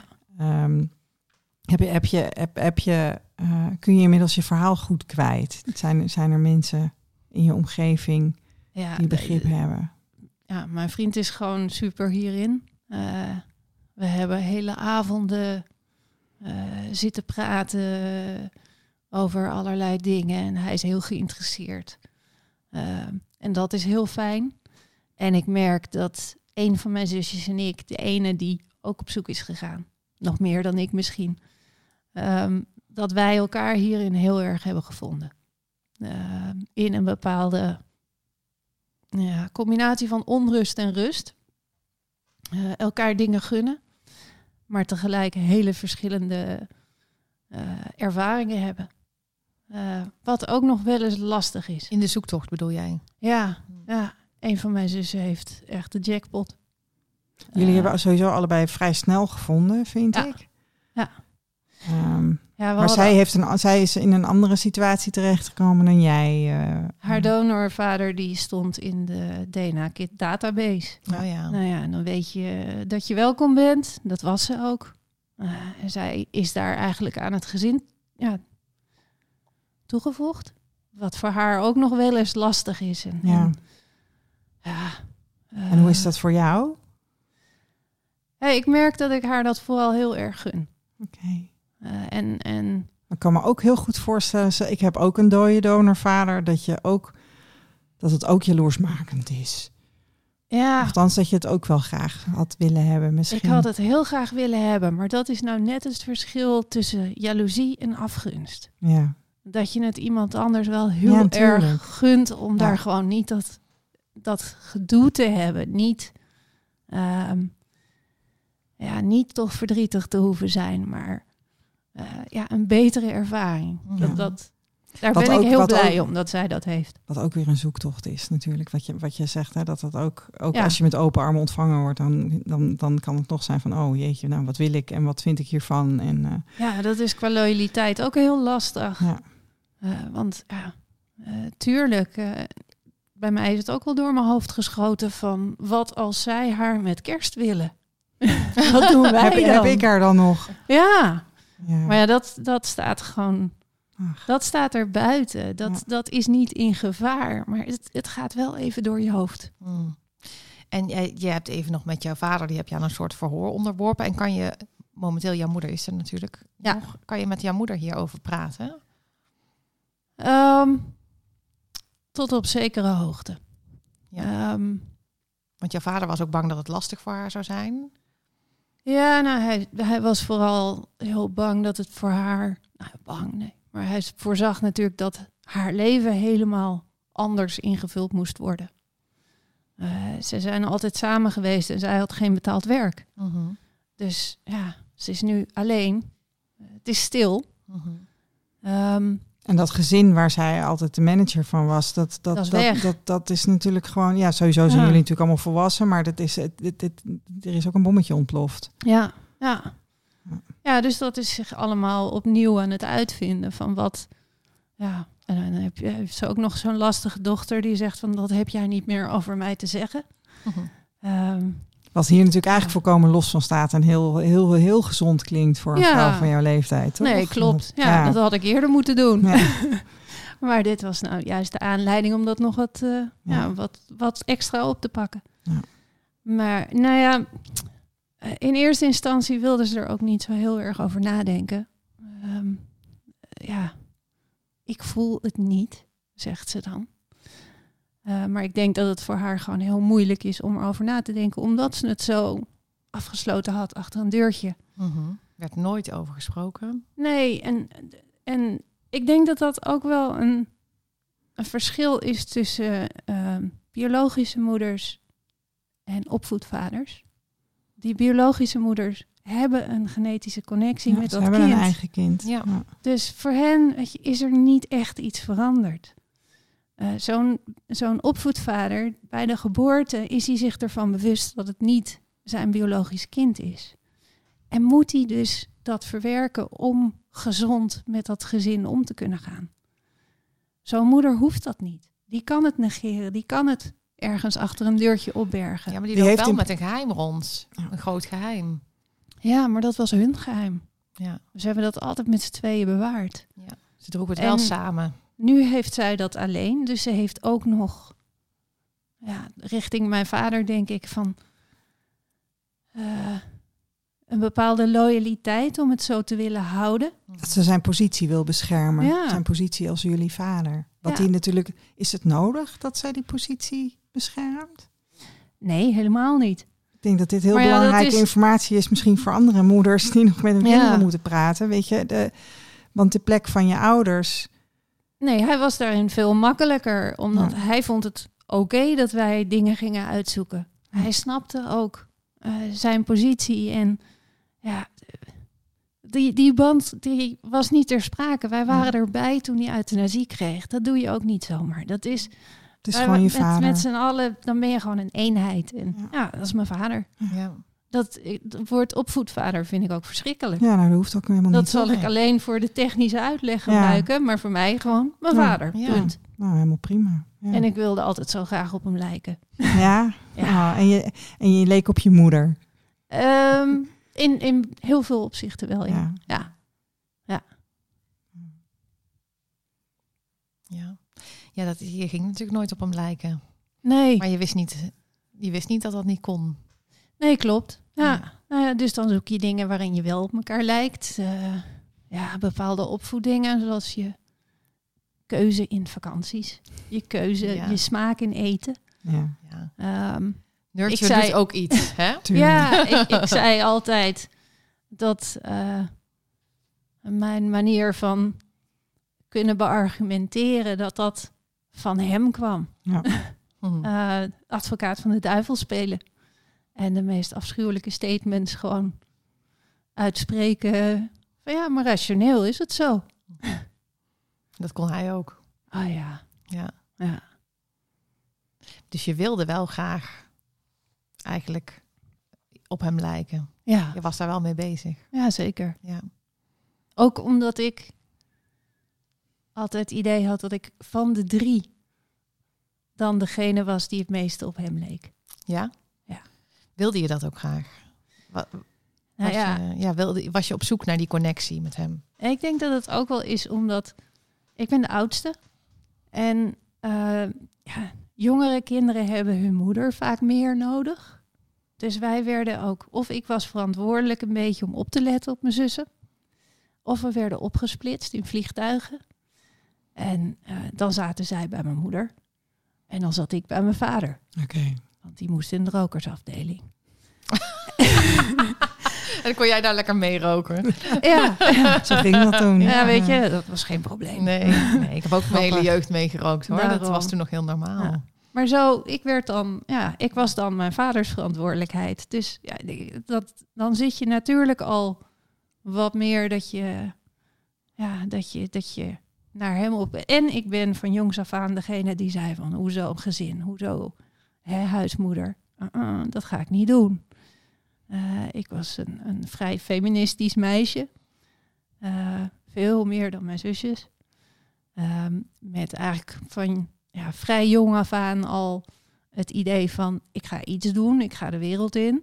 Kun je inmiddels je verhaal goed kwijt? Zijn er mensen in je omgeving die begrip hebben? Ja, mijn vriend is gewoon super hierin. We hebben hele avonden zitten praten over allerlei dingen. En hij is heel geïnteresseerd. En dat is heel fijn. En ik merk dat een van mijn zusjes en ik, de ene die ook op zoek is gegaan, nog meer dan ik misschien, dat wij elkaar hierin heel erg hebben gevonden. In een bepaalde combinatie van onrust en rust. Elkaar dingen gunnen, maar tegelijk hele verschillende ervaringen hebben. Wat ook nog wel eens lastig is. In de zoektocht bedoel jij? Ja, een van mijn zussen heeft echt de jackpot. Jullie hebben sowieso allebei vrij snel gevonden, vind ik. Ja. Maar zij is in een andere situatie terechtgekomen dan jij. Haar donorvader die stond in de DNA-kit database. Oh ja. Nou ja, en dan weet je dat je welkom bent. Dat was ze ook. En zij is daar eigenlijk aan het gezin toegevoegd. Wat voor haar ook nog wel eens lastig is. En hoe is dat voor jou? Ik merk dat ik haar dat vooral heel erg gun. Oké. En ik kan me ook heel goed voorstellen, ik heb ook een dode donorvader, dat het ook jaloersmakend is. Ja. Althans, dat je het ook wel graag had willen hebben misschien. Ik had het heel graag willen hebben, maar dat is nou net het verschil tussen jaloezie en afgunst. Ja. Dat je het iemand anders wel heel erg gunt om daar gewoon niet dat gedoe te hebben. Niet toch verdrietig te hoeven zijn, maar een betere ervaring. Ja. Daar ben ik heel blij om dat zij dat heeft. Wat ook weer een zoektocht is natuurlijk. Wat je zegt, hè, dat ook als je met open armen ontvangen wordt, dan kan het nog zijn van, oh jeetje, nou wat wil ik en wat vind ik hiervan? En, dat is qua loyaliteit ook heel lastig. Ja. Tuurlijk, bij mij is het ook wel door mijn hoofd geschoten van, wat als zij haar met kerst willen? Wat doen wij dan? Heb ik haar dan nog? Ja. Maar ja, dat staat gewoon... Ach. Dat staat er buiten. Dat is niet in gevaar. Maar het gaat wel even door je hoofd. En je hebt even nog met jouw vader, die heb je aan een soort verhoor onderworpen. En kan je, momenteel jouw moeder is er natuurlijk nog, kan je met jouw moeder hierover praten? Tot op zekere hoogte. Ja. Want jouw vader was ook bang dat het lastig voor haar zou zijn? Ja, nou, hij was vooral heel bang dat het voor haar... Nou, bang, nee. Maar hij voorzag natuurlijk dat haar leven helemaal anders ingevuld moest worden. Ze zijn altijd samen geweest en zij had geen betaald werk. Mm-hmm. Dus ja, ze is nu alleen. Het is stil. Mm-hmm. En dat gezin waar zij altijd de manager van was, dat is natuurlijk gewoon... Ja, sowieso zijn jullie natuurlijk allemaal volwassen, maar er is ook een bommetje ontploft. Ja, dus dat is zich allemaal opnieuw aan het uitvinden van wat... Ja, en dan heeft ze ook nog zo'n lastige dochter die zegt van, dat heb jij niet meer over mij te zeggen. Mm-hmm. Wat hier natuurlijk eigenlijk volkomen los van staat en heel, heel, heel gezond klinkt voor een vrouw van jouw leeftijd, toch? Nee, klopt. Ja, dat had ik eerder moeten doen. Ja. Maar dit was nou juist de aanleiding om dat nog wat extra op te pakken. Ja. Maar nou ja, in eerste instantie wilden ze er ook niet zo heel erg over nadenken. Ik voel het niet, zegt ze dan. Maar ik denk dat het voor haar gewoon heel moeilijk is om erover na te denken. Omdat ze het zo afgesloten had achter een deurtje. Werd nooit over gesproken. Nee, en ik denk dat dat ook wel een verschil is tussen biologische moeders en opvoedvaders. Die biologische moeders hebben een genetische connectie met dat kind. Ze hebben een eigen kind. Ja. Dus voor hen is er niet echt iets veranderd. Zo'n opvoedvader, bij de geboorte is hij zich ervan bewust dat het niet zijn biologisch kind is. En moet hij dus dat verwerken om gezond met dat gezin om te kunnen gaan. Zo'n moeder hoeft dat niet. Die kan het negeren, die kan het ergens achter een deurtje opbergen. Ja, maar die loopt wel met een geheim rond. Een groot geheim. Ja, maar dat was hun geheim. Ja. Ze hebben dat altijd met z'n tweeën bewaard. Ja. Ze droegen het wel samen. Nu heeft zij dat alleen. Dus ze heeft ook nog richting mijn vader, denk ik, van een bepaalde loyaliteit om het zo te willen houden. Dat ze zijn positie wil beschermen. Ja. Zijn positie als jullie vader. Wat die natuurlijk, is het nodig dat zij die positie beschermt? Nee, helemaal niet. Ik denk dat dit heel belangrijke informatie is misschien voor andere moeders die nog met hun kinderen moeten praten. Weet je, want de plek van je ouders. Nee, hij was daarin veel makkelijker. Omdat hij vond het oké dat wij dingen gingen uitzoeken. Hij snapte ook zijn positie. En ja, die band die was niet ter sprake. Wij waren erbij toen hij euthanasie kreeg. Dat doe je ook niet zomaar. Dat is... Het is gewoon je vader. Met z'n allen, dan ben je gewoon een eenheid. En dat is mijn vader. Ja. Dat woord opvoedvader vind ik ook verschrikkelijk. Ja, nou, dat hoeft ook helemaal niet. Dat zal ik alleen voor de technische uitleg gebruiken. Maar voor mij gewoon mijn vader. Punt. Nou, helemaal prima. Ja. En ik wilde altijd zo graag op hem lijken. Ja? Oh, en je leek op je moeder? In heel veel opzichten wel, ja. Ja, je ging natuurlijk nooit op hem lijken. Nee. Maar je wist niet dat dat niet kon. Nee, klopt. Ja. Nou ja, dus dan zoek je dingen waarin je wel op elkaar lijkt. Bepaalde opvoedingen, zoals je keuze in vakanties. Je keuze, je smaak in eten. Ja. Nurture doet ook iets, hè? Ja, ik zei altijd dat mijn manier van kunnen beargumenteren dat van hem kwam. Ja. Advocaat van de duivel spelen. En de meest afschuwelijke statements gewoon uitspreken. Van maar rationeel is het zo. Dat kon hij ook. Oh ja. Ja. Dus je wilde wel graag eigenlijk op hem lijken. Ja. Je was daar wel mee bezig. Ja, zeker. Ja. Ook omdat ik altijd het idee had dat ik van de 3 dan degene was die het meeste op hem leek. Ja? Ja. Wilde je dat ook graag? Was je op zoek naar die connectie met hem? Ik denk dat het ook wel is omdat ik ben de oudste. En jongere kinderen hebben hun moeder vaak meer nodig. Dus wij werden ook, of ik was verantwoordelijk een beetje om op te letten op mijn zussen. Of we werden opgesplitst in vliegtuigen. En dan zaten zij bij mijn moeder. En dan zat ik bij mijn vader. Oké. Want die moest in de rokersafdeling. En dan kon jij daar lekker mee roken. Ja. Zo ging dat toen. Ja, weet je, dat was geen probleem. Nee, ik heb ook mijn hele jeugd meegerookt hoor. Daarom. Dat was toen nog heel normaal. Ja. Maar zo, ik was dan mijn vaders verantwoordelijkheid. Dus dan zit je natuurlijk al wat meer dat je naar hem op... En ik ben van jongs af aan degene die zei van, hoezo gezin, hoezo huismoeder. Dat ga ik niet doen. Ik was een vrij feministisch meisje. Veel meer dan mijn zusjes. Met eigenlijk van vrij jong af aan al het idee van, ik ga iets doen, ik ga de wereld in.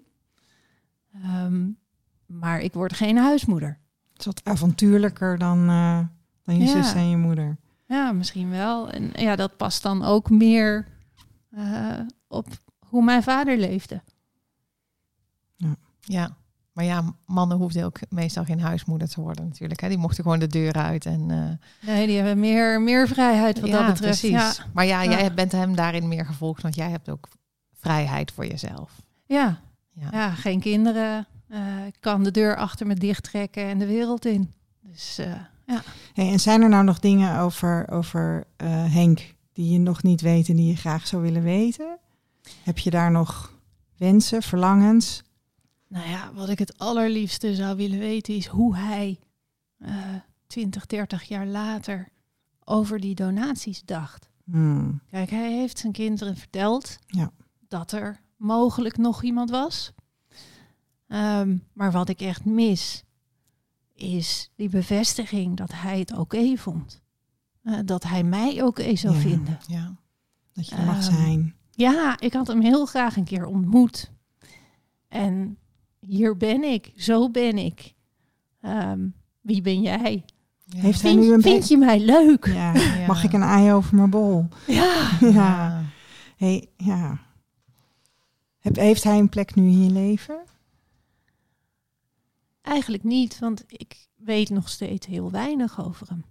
Maar ik word geen huismoeder. Het is wat avontuurlijker dan je zus en je moeder. Ja, misschien wel. En dat past dan ook meer op hoe mijn vader leefde. Ja. Maar ja, mannen hoefden ook meestal geen huismoeder te worden natuurlijk. Hè? Die mochten gewoon de deur uit. Nee, die hebben meer vrijheid wat dat betreft. Precies. Ja. Maar jij bent hem daarin meer gevolgd, want jij hebt ook vrijheid voor jezelf. Ja, geen kinderen. Ik kan de deur achter me dicht trekken en de wereld in. Dus ja. Hey, en zijn er nou nog dingen over Henk die je nog niet weet en die je graag zou willen weten? Heb je daar nog wensen, verlangens? Nou ja, wat ik het allerliefste zou willen weten is hoe hij 20, 30 jaar later over die donaties dacht. Kijk, hij heeft zijn kinderen verteld dat er mogelijk nog iemand was. Maar wat ik echt mis is die bevestiging dat hij het oké vond. Dat hij mij oké zou vinden. Ja. Dat je er mag zijn. Ja, ik had hem heel graag een keer ontmoet. En hier ben ik, zo ben ik. Wie ben jij? Ja. Heeft hij nu vind je mij leuk? Ja. Mag ik een ei over mijn bol? Ja. Hey, ja. Heeft hij een plek nu in je leven? Eigenlijk niet, want ik weet nog steeds heel weinig over hem.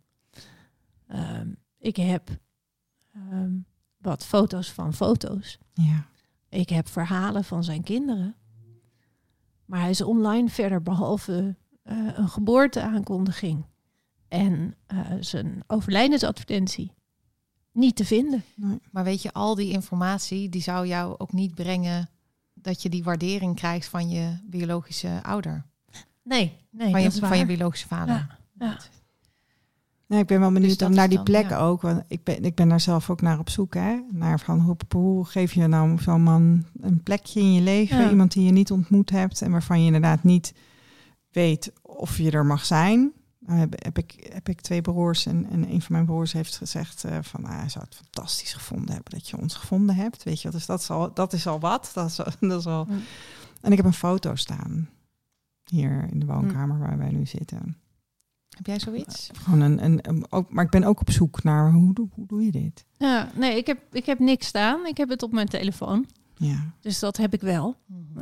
Ik heb wat foto's van foto's. Ja. Ik heb verhalen van zijn kinderen. Maar hij is online verder, behalve een geboorteaankondiging en zijn overlijdensadvertentie, niet te vinden. Nee. Maar weet je, al die informatie, die zou jou ook niet brengen dat je die waardering krijgt van je biologische ouder. Nee, van je biologische vader. Ja. Nee, ik ben wel benieuwd dus naar die plek ook. Want ik ben daar zelf ook naar op zoek. Naar van hoe geef je nou zo'n man een plekje in je leven? Ja. Iemand die je niet ontmoet hebt en waarvan je inderdaad niet weet of je er mag zijn. Heb ik 2 broers en een van mijn broers heeft gezegd van hij zou het fantastisch gevonden hebben dat je ons gevonden hebt. Weet je, dus dat is al wat. Dat is al. En ik heb een foto staan hier in de woonkamer waar wij nu zitten. Heb jij zoiets? Gewoon maar ik ben ook op zoek naar hoe doe je dit? Ja, nee, ik heb niks staan. Ik heb het op mijn telefoon. Ja. Dus dat heb ik wel.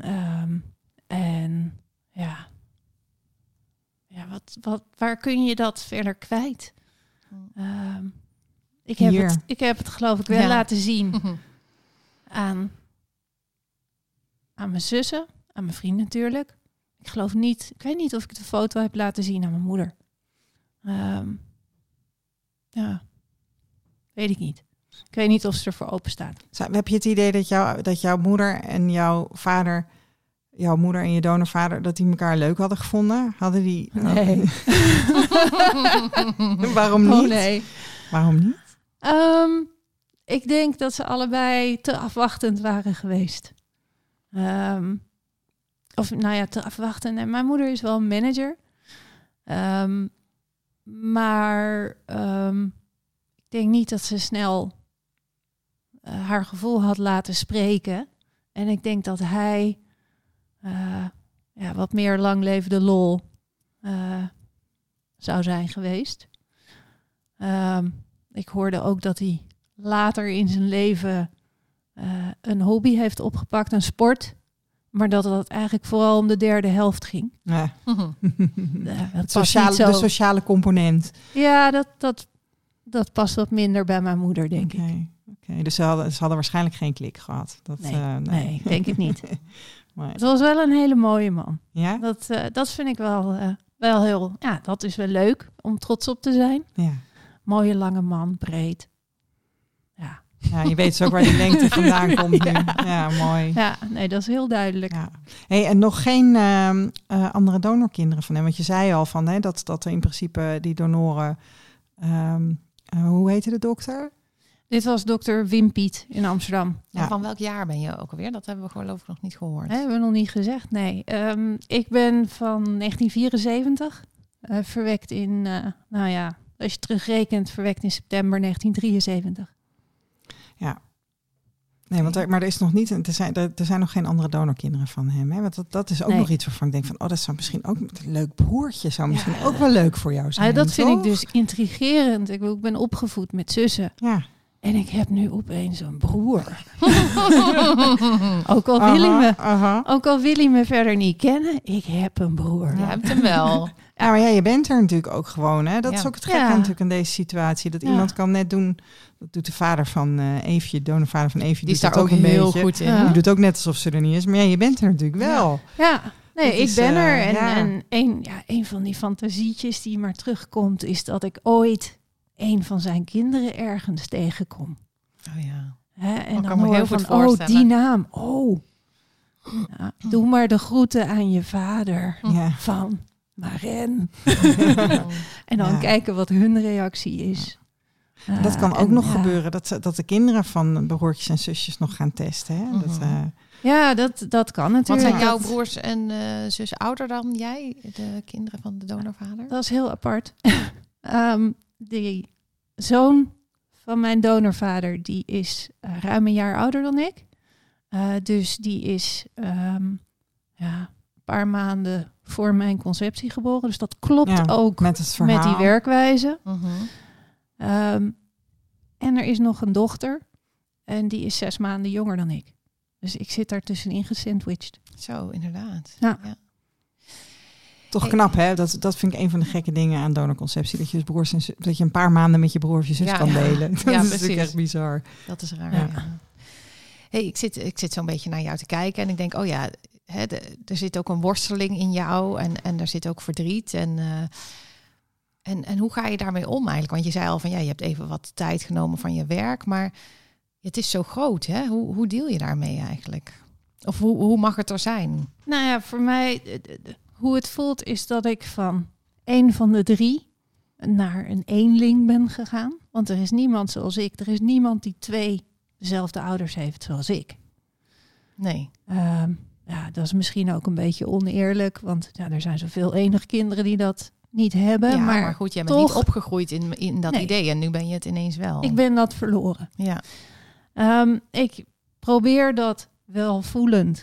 En ja, waar kun je dat verder kwijt? Ik heb het geloof ik wel laten zien aan mijn zussen, aan mijn vriend natuurlijk. Ik weet niet of ik de foto heb laten zien aan mijn moeder. Weet ik niet. Ik weet niet of ze ervoor openstaan. Heb je het idee dat jouw moeder en jouw vader, jouw moeder en je donorvader, dat die elkaar leuk hadden gevonden? Hadden die? Nee. Waarom niet? Oh, nee. Waarom niet? Ik denk dat ze allebei te afwachtend waren geweest. Te afwachten. En mijn moeder is wel een manager. Maar ik denk niet dat ze snel haar gevoel had laten spreken. En ik denk dat hij wat meer lang levende lol zou zijn geweest. Ik hoorde ook dat hij later in zijn leven een hobby heeft opgepakt, een sport. Maar dat het eigenlijk vooral om de derde helft ging. Ja. De sociale component. Ja, dat past wat minder bij mijn moeder, denk ik. Okay. Dus ze hadden waarschijnlijk geen klik gehad. Nee, denk ik niet. Maar het was wel een hele mooie man. Ja? Dat vind ik wel heel... Ja, dat is wel leuk om trots op te zijn. Ja. Mooie lange man, breed. Ja. Ja, je weet zo ook waar die lengte vandaan komt nu. Ja, mooi. Ja, nee, dat is heel duidelijk. Ja. Hey, en nog geen andere donorkinderen van hem? Want je zei al van dat er in principe die donoren... hoe heette de dokter? Dit was dokter Wim Piet in Amsterdam. Ja. Van welk jaar ben je ook alweer? Dat hebben we geloof ik nog niet gehoord. Hebben we nog niet gezegd, nee. Ik ben van 1974. Verwekt in, als je terugrekent, verwekt in september 1973. Ja. Nee, maar er is nog niet. Er zijn nog geen andere donorkinderen van hem. Hè? Want dat is ook nog iets waarvan ik denk van, dat zou misschien ook een leuk broertje zou misschien ook wel leuk voor jou zijn. Dat vind toch? ik dus intrigerend. Ik ben opgevoed met zussen. Ja. En ik heb nu opeens een broer. Ook al wil hij me verder niet kennen, ik heb een broer. Je hebt hem wel. Ja, maar je bent er natuurlijk ook gewoon. Hè? Dat is ook het gekke natuurlijk in deze situatie. Dat iemand kan net doen. Dat doet de vader van Eefje, de donorvader van Eefje. Die is daar ook een heel beetje goed in. Die doet ook net alsof ze er niet is. Maar je bent er natuurlijk wel. Ja. Nee, ik ben er. En een van die fantasietjes die maar terugkomt, is dat ik ooit een van zijn kinderen ergens tegenkom. Oh ja. En dan hoor ik van, die naam. Ja, doe maar de groeten aan je vader van Maren. En dan kijken wat hun reactie is. Dat kan ook nog gebeuren, dat de kinderen van broertjes en zusjes nog gaan testen. Hè? Dat kan natuurlijk. Want zijn jouw broers en zus ouder dan jij, de kinderen van de donorvader? Dat is heel apart. Die zoon van mijn donorvader, die is ruim een jaar ouder dan ik. Dus die is een paar maanden voor mijn conceptie geboren. Dus dat klopt ook met het verhaal, met die werkwijze. En er is nog een dochter. En die is 6 maanden jonger dan ik. Dus ik zit daar tussenin gesandwiched. Zo, inderdaad. Ja. Toch knap, hè? Dat vind ik een van de gekke dingen aan donorconceptie. Dat je broers en dat je een paar maanden met je broer of je zus kan delen. Dat is natuurlijk echt bizar. Dat is raar, Hey, ik zit zo'n beetje naar jou te kijken en ik denk, er zit ook een worsteling in jou en er zit ook verdriet. En hoe ga je daarmee om eigenlijk? Want je zei al van, je hebt even wat tijd genomen van je werk, maar het is zo groot, hè? Hoe deal je daarmee eigenlijk? Of hoe mag het er zijn? Nou ja, voor mij, hoe het voelt is dat ik van 1 van de 3 naar een eenling ben gegaan. Want er is niemand zoals ik. Er is niemand die 2 dezelfde ouders heeft zoals ik. Nee. Dat is misschien ook een beetje oneerlijk. Want er zijn zoveel enige kinderen die dat niet hebben. Ja, maar goed, jij bent toch, niet opgegroeid in dat idee. En nu ben je het ineens wel. Ik ben dat verloren. Ja. Ik probeer dat welvoelend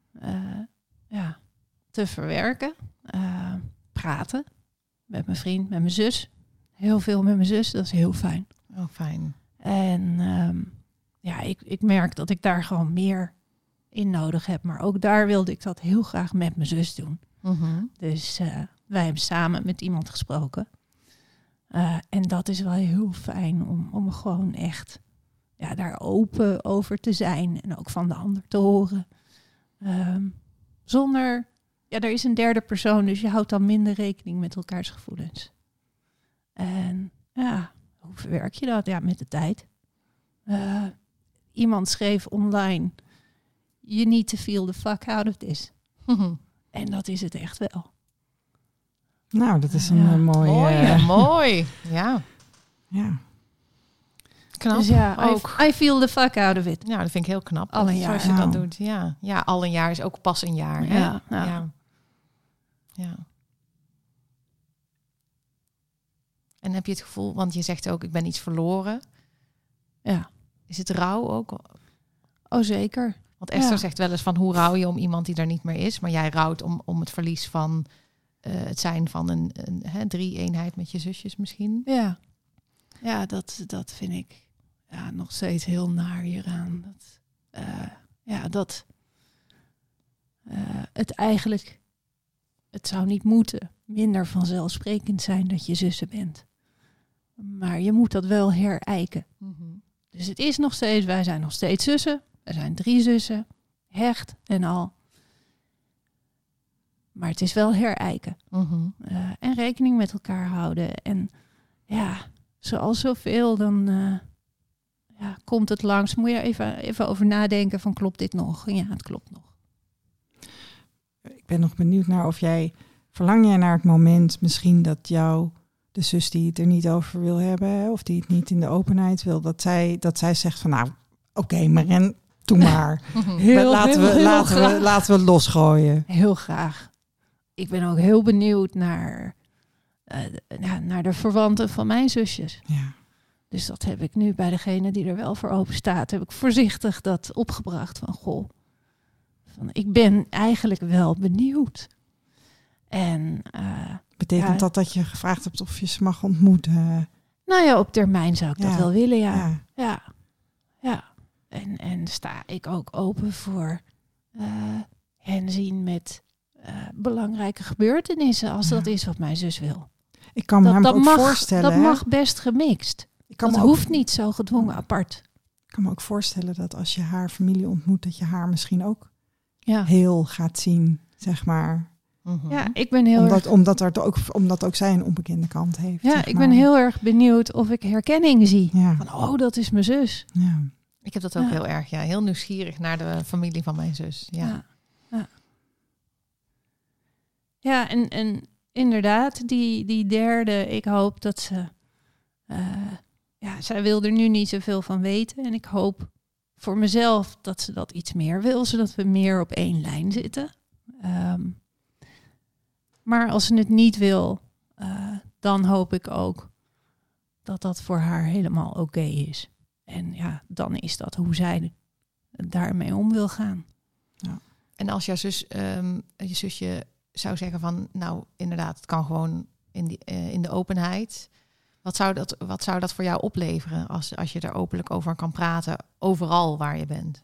te verwerken. Praten met mijn vriend, met mijn zus. Heel veel met mijn zus, dat is heel fijn. Oh, fijn. En ik merk dat ik daar gewoon meer in nodig heb. Maar ook daar wilde ik dat heel graag met mijn zus doen. Mm-hmm. Dus wij hebben samen met iemand gesproken. En dat is wel heel fijn om gewoon echt daar open over te zijn. En ook van de ander te horen. Zonder... er is een derde persoon, dus je houdt dan minder rekening met elkaars gevoelens. En hoe verwerk je dat? Ja, met de tijd. Iemand schreef online, you need to feel the fuck out of this. Mm-hmm. En dat is het echt wel. Nou, dat is een mooie... Mooi. Ja. Knap. Dus ook. I feel the fuck out of it. Ja, dat vind ik heel knap. Al een jaar. Zoals je dat doet. Ja, al een jaar is ook pas een jaar. Hè? Ja. En heb je het gevoel, want je zegt ook, ik ben iets verloren. Ja. Is het rouw ook? Oh, zeker. Want Esther zegt wel eens van, hoe rouw je om iemand die er niet meer is? Maar jij rouwt om het verlies van het zijn van een 3-eenheid met je zusjes misschien. Ja, dat vind ik nog steeds heel naar hieraan. Het eigenlijk... Het zou niet moeten minder vanzelfsprekend zijn dat je zussen bent. Maar je moet dat wel herijken. Mm-hmm. Dus het is nog steeds, wij zijn nog steeds zussen. Er zijn 3 zussen, hecht en al. Maar het is wel herijken. Mm-hmm. En rekening met elkaar houden. En zoals zoveel, dan komt het langs. Moet je even over nadenken van, klopt dit nog? Ja, het klopt nog. Ik ben nog benieuwd naar verlang jij naar het moment misschien dat de zus die het er niet over wil hebben, of die het niet in de openheid wil, dat zij zegt van, nou, oké, Maren, doe maar. Laten we losgooien. Heel graag. Ik ben ook heel benieuwd naar de verwanten van mijn zusjes. Ja. Dus dat heb ik nu bij degene die er wel voor open staat, heb ik voorzichtig dat opgebracht van, ik ben eigenlijk wel benieuwd. En betekent dat je gevraagd hebt of je ze mag ontmoeten? Nou ja, op termijn zou ik dat wel willen, ja. Ja. En sta ik ook open voor hen zien met belangrijke gebeurtenissen, als dat is wat mijn zus wil. Ik kan me ook voorstellen. Dat mag best gemixt. Dat hoeft niet zo gedwongen apart. Ik kan me ook voorstellen dat als je haar familie ontmoet, dat je haar misschien ook heel gaat zien, zeg maar. Mm-hmm. Ja, ik ben heel erg... Omdat ook zij een onbekende kant heeft. Ja, ik ben heel erg benieuwd of ik herkenning zie. Ja. Van, dat is mijn zus. Ja. Ik heb dat ook heel erg, heel nieuwsgierig naar de familie van mijn zus. Ja, en inderdaad, die derde, ik hoop dat ze... zij wil er nu niet zoveel van weten. En ik hoop voor mezelf dat ze dat iets meer wil, zodat we meer op één lijn zitten. Maar als ze het niet wil, dan hoop ik ook dat dat voor haar helemaal oké is. En dan is dat hoe zij daarmee om wil gaan. Ja. En als jouw zus, je zusje zou zeggen van, nou inderdaad, het kan gewoon in de openheid. Wat zou dat voor jou opleveren als je er openlijk over kan praten, overal waar je bent?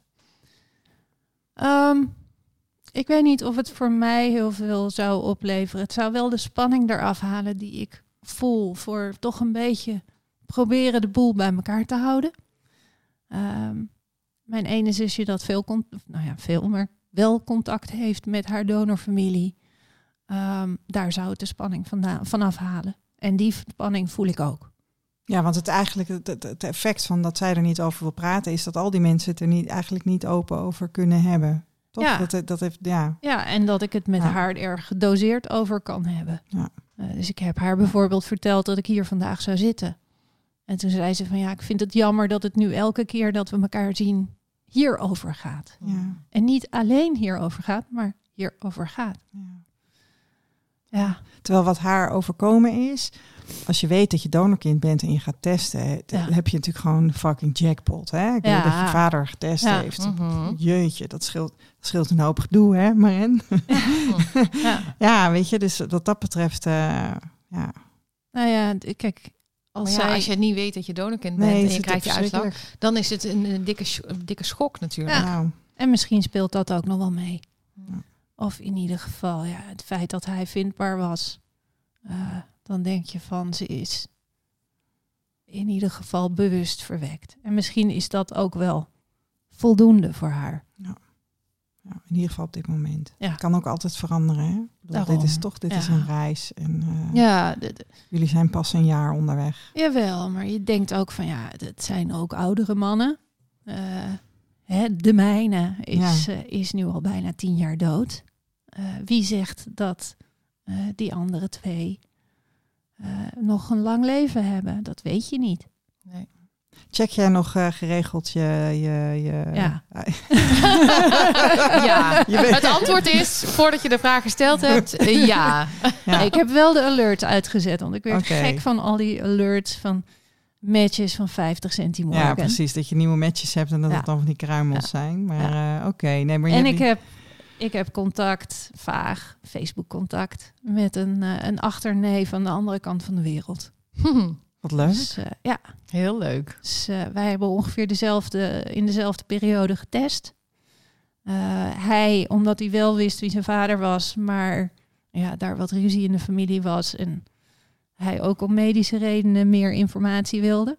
Ik weet niet of het voor mij heel veel zou opleveren. Het zou wel de spanning eraf halen die ik voel voor toch een beetje proberen de boel bij elkaar te houden. Mijn ene zusje dat maar wel contact heeft met haar donorfamilie. Daar zou het de spanning vanaf halen. En die spanning voel ik ook. Ja, want het effect van dat zij er niet over wil praten, is dat al die mensen het er eigenlijk niet open over kunnen hebben. Toch? Ja. Dat heeft, Ja, en dat ik het met haar erg gedoseerd over kan hebben. Ja. Dus ik heb haar bijvoorbeeld verteld dat ik hier vandaag zou zitten. En toen zei ze van ik vind het jammer dat het nu elke keer dat we elkaar zien hierover gaat. Ja. En niet alleen hierover gaat, maar hierover gaat. Ja. Terwijl wat haar overkomen is, als je weet dat je donorkind bent en je gaat testen, heb je natuurlijk gewoon de fucking jackpot. Hè? Ik weet dat je vader getest heeft. Mm-hmm. Jeetje, dat scheelt een hoop gedoe, hè, Maren? Ja, weet je, dus wat dat betreft, Nou ja, kijk, als je niet weet dat je donorkind bent en je krijgt je uitslag, dan is het een dikke schok natuurlijk. Ja. Nou. En misschien speelt dat ook nog wel mee. Ja. Of in ieder geval, het feit dat hij vindbaar was. Dan denk je van, ze is in ieder geval bewust verwekt. En misschien is dat ook wel voldoende voor haar. Ja, in ieder geval op dit moment. Ja. Het kan ook altijd veranderen. Hè? Dit is een reis. En, jullie zijn pas een jaar onderweg. Jawel, maar je denkt ook van, het zijn ook oudere mannen. De mijne is nu al bijna 10 jaar dood. Wie zegt dat die andere 2 nog een lang leven hebben? Dat weet je niet. Nee. Check jij nog geregeld je... Ja. Ja. Het antwoord is, voordat je de vraag gesteld hebt, ja. Ik heb wel de alert uitgezet, want ik werd gek van al die alerts van matches van 50 centimorgen. Ja, precies. Dat je nieuwe matches hebt en dat het dan van die kruimels zijn. Maar nee, maar en ik heb contact, vaag, Facebook contact, met een achterneef aan de andere kant van de wereld. Wat leuk. Dus, heel leuk. Dus, wij hebben ongeveer in dezelfde periode getest. Hij, omdat hij wel wist wie zijn vader was, maar daar wat ruzie in de familie was en hij ook om medische redenen meer informatie wilde.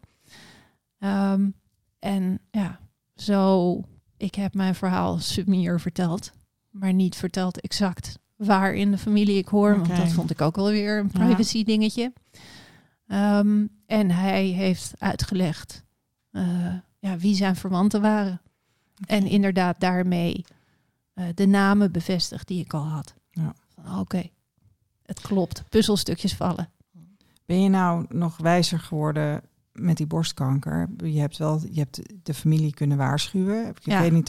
Ik heb mijn verhaal submier verteld, maar niet verteld exact waar in de familie ik hoor, want dat vond ik ook wel weer een privacy dingetje. En hij heeft uitgelegd wie zijn verwanten waren. En inderdaad daarmee de namen bevestigd die ik al had. Ja. Oké, het klopt. Puzzelstukjes vallen. Ben je nou nog wijzer geworden met die borstkanker? Je hebt de familie kunnen waarschuwen. Ik weet niet,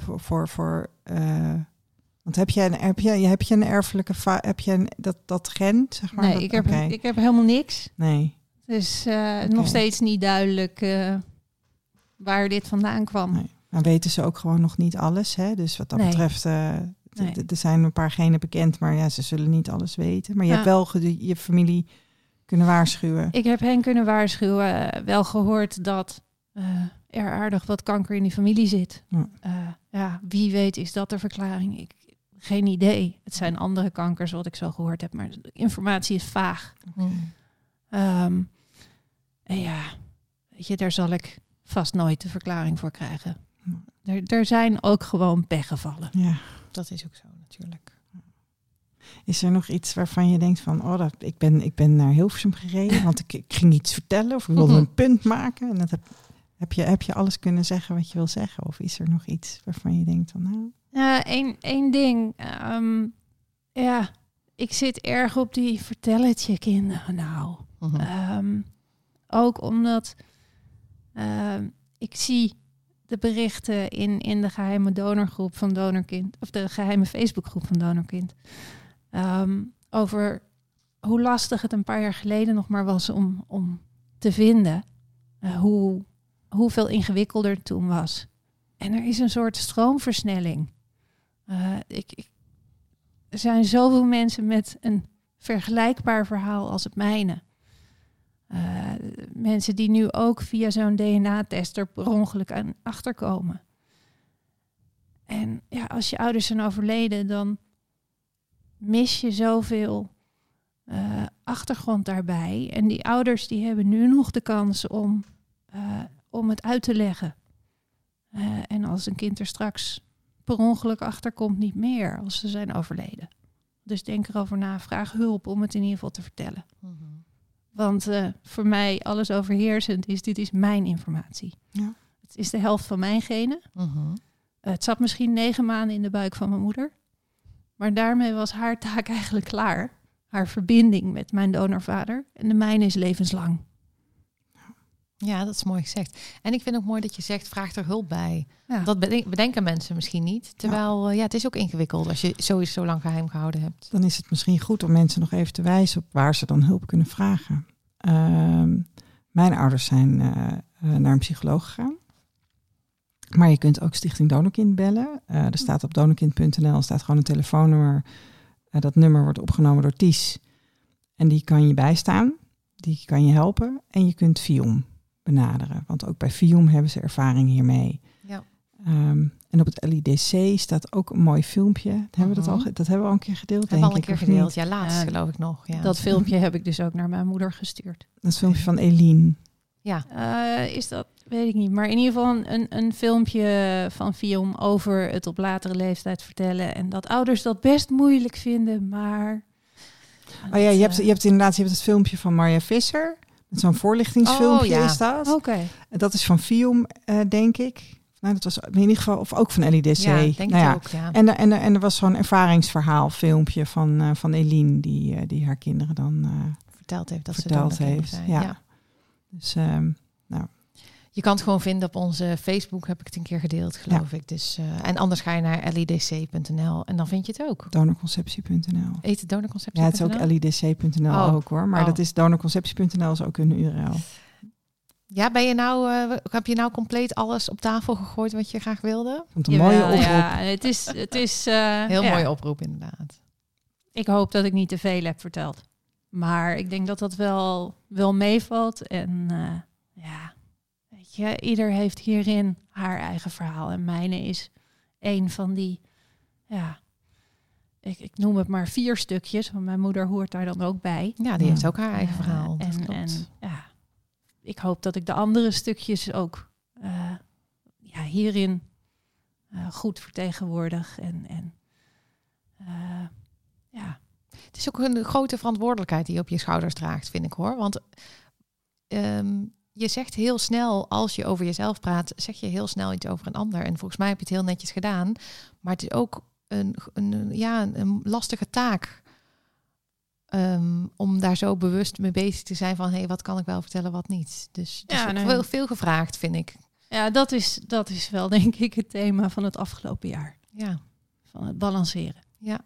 want heb je een erfelijke dat gen, zeg maar? Nee, ik heb helemaal niks. Nee. Dus nog steeds niet duidelijk waar dit vandaan kwam. Nee. Maar weten ze ook gewoon nog niet alles, hè? Dus wat dat betreft, er zijn een paar genen bekend, maar ze zullen niet alles weten. Maar je hebt wel je familie kunnen waarschuwen. Ik heb hen kunnen waarschuwen. Wel gehoord dat aardig wat kanker in die familie zit. Ja. Wie weet is dat de verklaring? Geen idee. Het zijn andere kankers wat ik zo gehoord heb, maar de informatie is vaag. En weet je, daar zal ik vast nooit de verklaring voor krijgen. Er zijn ook gewoon pechgevallen. Ja, dat is ook zo natuurlijk. Is er nog iets waarvan je denkt van, ik ben naar Hilversum gereden, want ik ging iets vertellen of ik wilde een punt maken. En dat heb je alles kunnen zeggen wat je wil zeggen? Of is er nog iets waarvan je denkt van, één ding. Ik zit erg op die vertel het je kinderen nou. Ook omdat ik zie de berichten in de geheime donorgroep van Donorkind, of de geheime Facebookgroep van Donorkind, over hoe lastig het een paar jaar geleden nog maar was om te vinden. Hoeveel ingewikkelder het toen was. En er is een soort stroomversnelling. Er zijn zoveel mensen met een vergelijkbaar verhaal als het mijne. Mensen die nu ook via zo'n DNA-test er per ongeluk aan achterkomen. En ja, als je ouders zijn overleden, dan mis je zoveel achtergrond daarbij. En die ouders die hebben nu nog de kans om het uit te leggen. En als een kind er straks per ongeluk achterkomt, niet meer als ze zijn overleden. Dus denk erover na, vraag hulp om het in ieder geval te vertellen. Want voor mij alles overheersend is, dit is mijn informatie. Ja. Het is de helft van mijn genen. Het zat misschien 9 maanden in de buik van mijn moeder. Maar daarmee was haar taak eigenlijk klaar. Haar verbinding met mijn donorvader. En de mijne is levenslang. Ja, dat is mooi gezegd. En ik vind ook mooi dat je zegt, vraag er hulp bij. Ja. Dat bedenken mensen misschien niet. Terwijl, het is ook ingewikkeld als je zoiets zo lang geheim gehouden hebt. Dan is het misschien goed om mensen nog even te wijzen op waar ze dan hulp kunnen vragen. Mijn ouders zijn naar een psycholoog gegaan. Maar je kunt ook Stichting Donorkind bellen. Er staat op donorkind.nl staat gewoon een telefoonnummer. Dat nummer wordt opgenomen door Ties. En die kan je bijstaan. Die kan je helpen. En je kunt FIOM benaderen. Want ook bij FIOM hebben ze ervaring hiermee. Ja. En op het LIDC staat ook een mooi filmpje. Dat hebben we al een keer gedeeld, denk ik. Al een keer gedeeld, ja, laatst geloof ik nog. Ja. Dat filmpje heb ik dus ook naar mijn moeder gestuurd. Dat filmpje van Eline. Ja. Is dat, weet ik niet. Maar in ieder geval een filmpje van FIOM over het op latere leeftijd vertellen. En dat ouders dat best moeilijk vinden, maar... je hebt inderdaad het filmpje van Marja Visser. Met zo'n voorlichtingsfilmpje is dat. Okay. Dat is van FIOM, denk ik. Nou, dat was in ieder geval, of ook van LIDC. Ja, denk ik ook, ja. En er was zo'n ervaringsverhaal filmpje van Eline, die haar kinderen dan verteld heeft. Ja. Dus, je kan het gewoon vinden op onze Facebook, heb ik het een keer gedeeld, geloof ik. Dus, en anders ga je naar lidc.nl en dan vind je het ook. Donorconceptie.nl. Eet het donorconceptie.nl? Ja, het is ook lidc.nl ook hoor. Maar dat is donorconceptie.nl is ook een URL. Ja, heb je nou compleet alles op tafel gegooid wat je graag wilde? Vond een mooie oproep. Ja, het is heel mooie oproep inderdaad. Ik hoop dat ik niet te veel heb verteld. Maar ik denk dat dat wel meevalt. En weet je, ieder heeft hierin haar eigen verhaal. En mijne is een van die, ik noem het maar 4 stukjes. Want mijn moeder hoort daar dan ook bij. Ja, die heeft ook haar eigen verhaal. Ik hoop dat ik de andere stukjes ook hierin goed vertegenwoordig. Het is ook een grote verantwoordelijkheid die je op je schouders draagt, vind ik hoor. Want je zegt heel snel, als je over jezelf praat, zeg je heel snel iets over een ander. En volgens mij heb je het heel netjes gedaan. Maar het is ook een lastige taak. Om daar zo bewust mee bezig te zijn van, wat kan ik wel vertellen, wat niet. Dus veel gevraagd, vind ik. Ja, dat is wel denk ik het thema van het afgelopen jaar. Ja. Van het balanceren. Ja.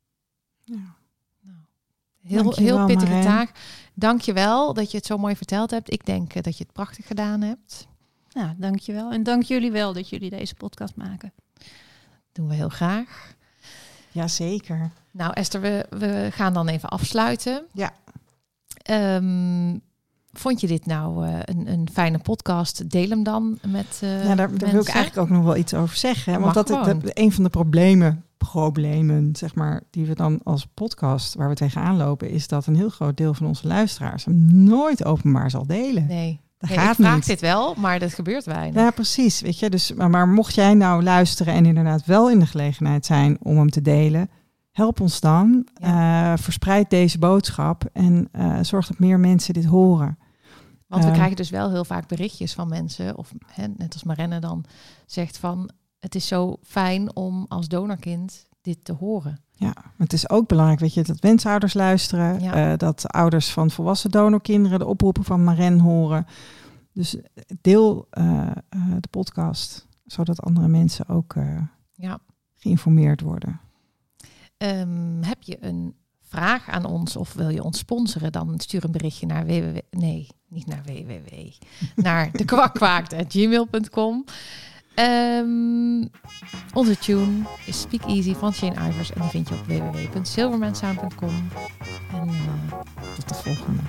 Heel pittige Marijn. taak. Dank je wel dat je het zo mooi verteld hebt. Ik denk dat je het prachtig gedaan hebt. Nou, dank je wel. En dank jullie wel dat jullie deze podcast maken. Doen we heel graag. Jazeker. Nou Esther, we gaan dan even afsluiten. Ja. Vond je dit nou een fijne podcast? Deel hem dan met daar wil ik eigenlijk ook nog wel iets over zeggen. Hè? Want dat een van de problemen, zeg maar, die we dan als podcast, waar we tegenaan lopen, is dat een heel groot deel van onze luisteraars hem nooit openbaar zal delen. Nee. Dat ik gaat vraag niet. dit wel, maar dat gebeurt weinig. Ja, precies. Weet je, dus, maar mocht jij nou luisteren en inderdaad wel in de gelegenheid zijn om hem te delen, help ons dan. Ja. Verspreid deze boodschap en zorg dat meer mensen dit horen. Want we krijgen dus wel heel vaak berichtjes van mensen, of net als Marenne dan zegt van, het is zo fijn om als donorkind dit te horen. Ja, het is ook belangrijk, weet je, dat wensouders luisteren, dat ouders van volwassen donorkinderen de oproepen van Marenne horen. Dus deel de podcast, zodat andere mensen ook geïnformeerd worden. Heb je een vraag aan ons of wil je ons sponsoren, dan stuur een berichtje naar naar dekwakkwaakt@gmail.com. Onze tune is Speak Easy van Shane Ivers en die vind je op www.silvermansound.com. En tot de volgende.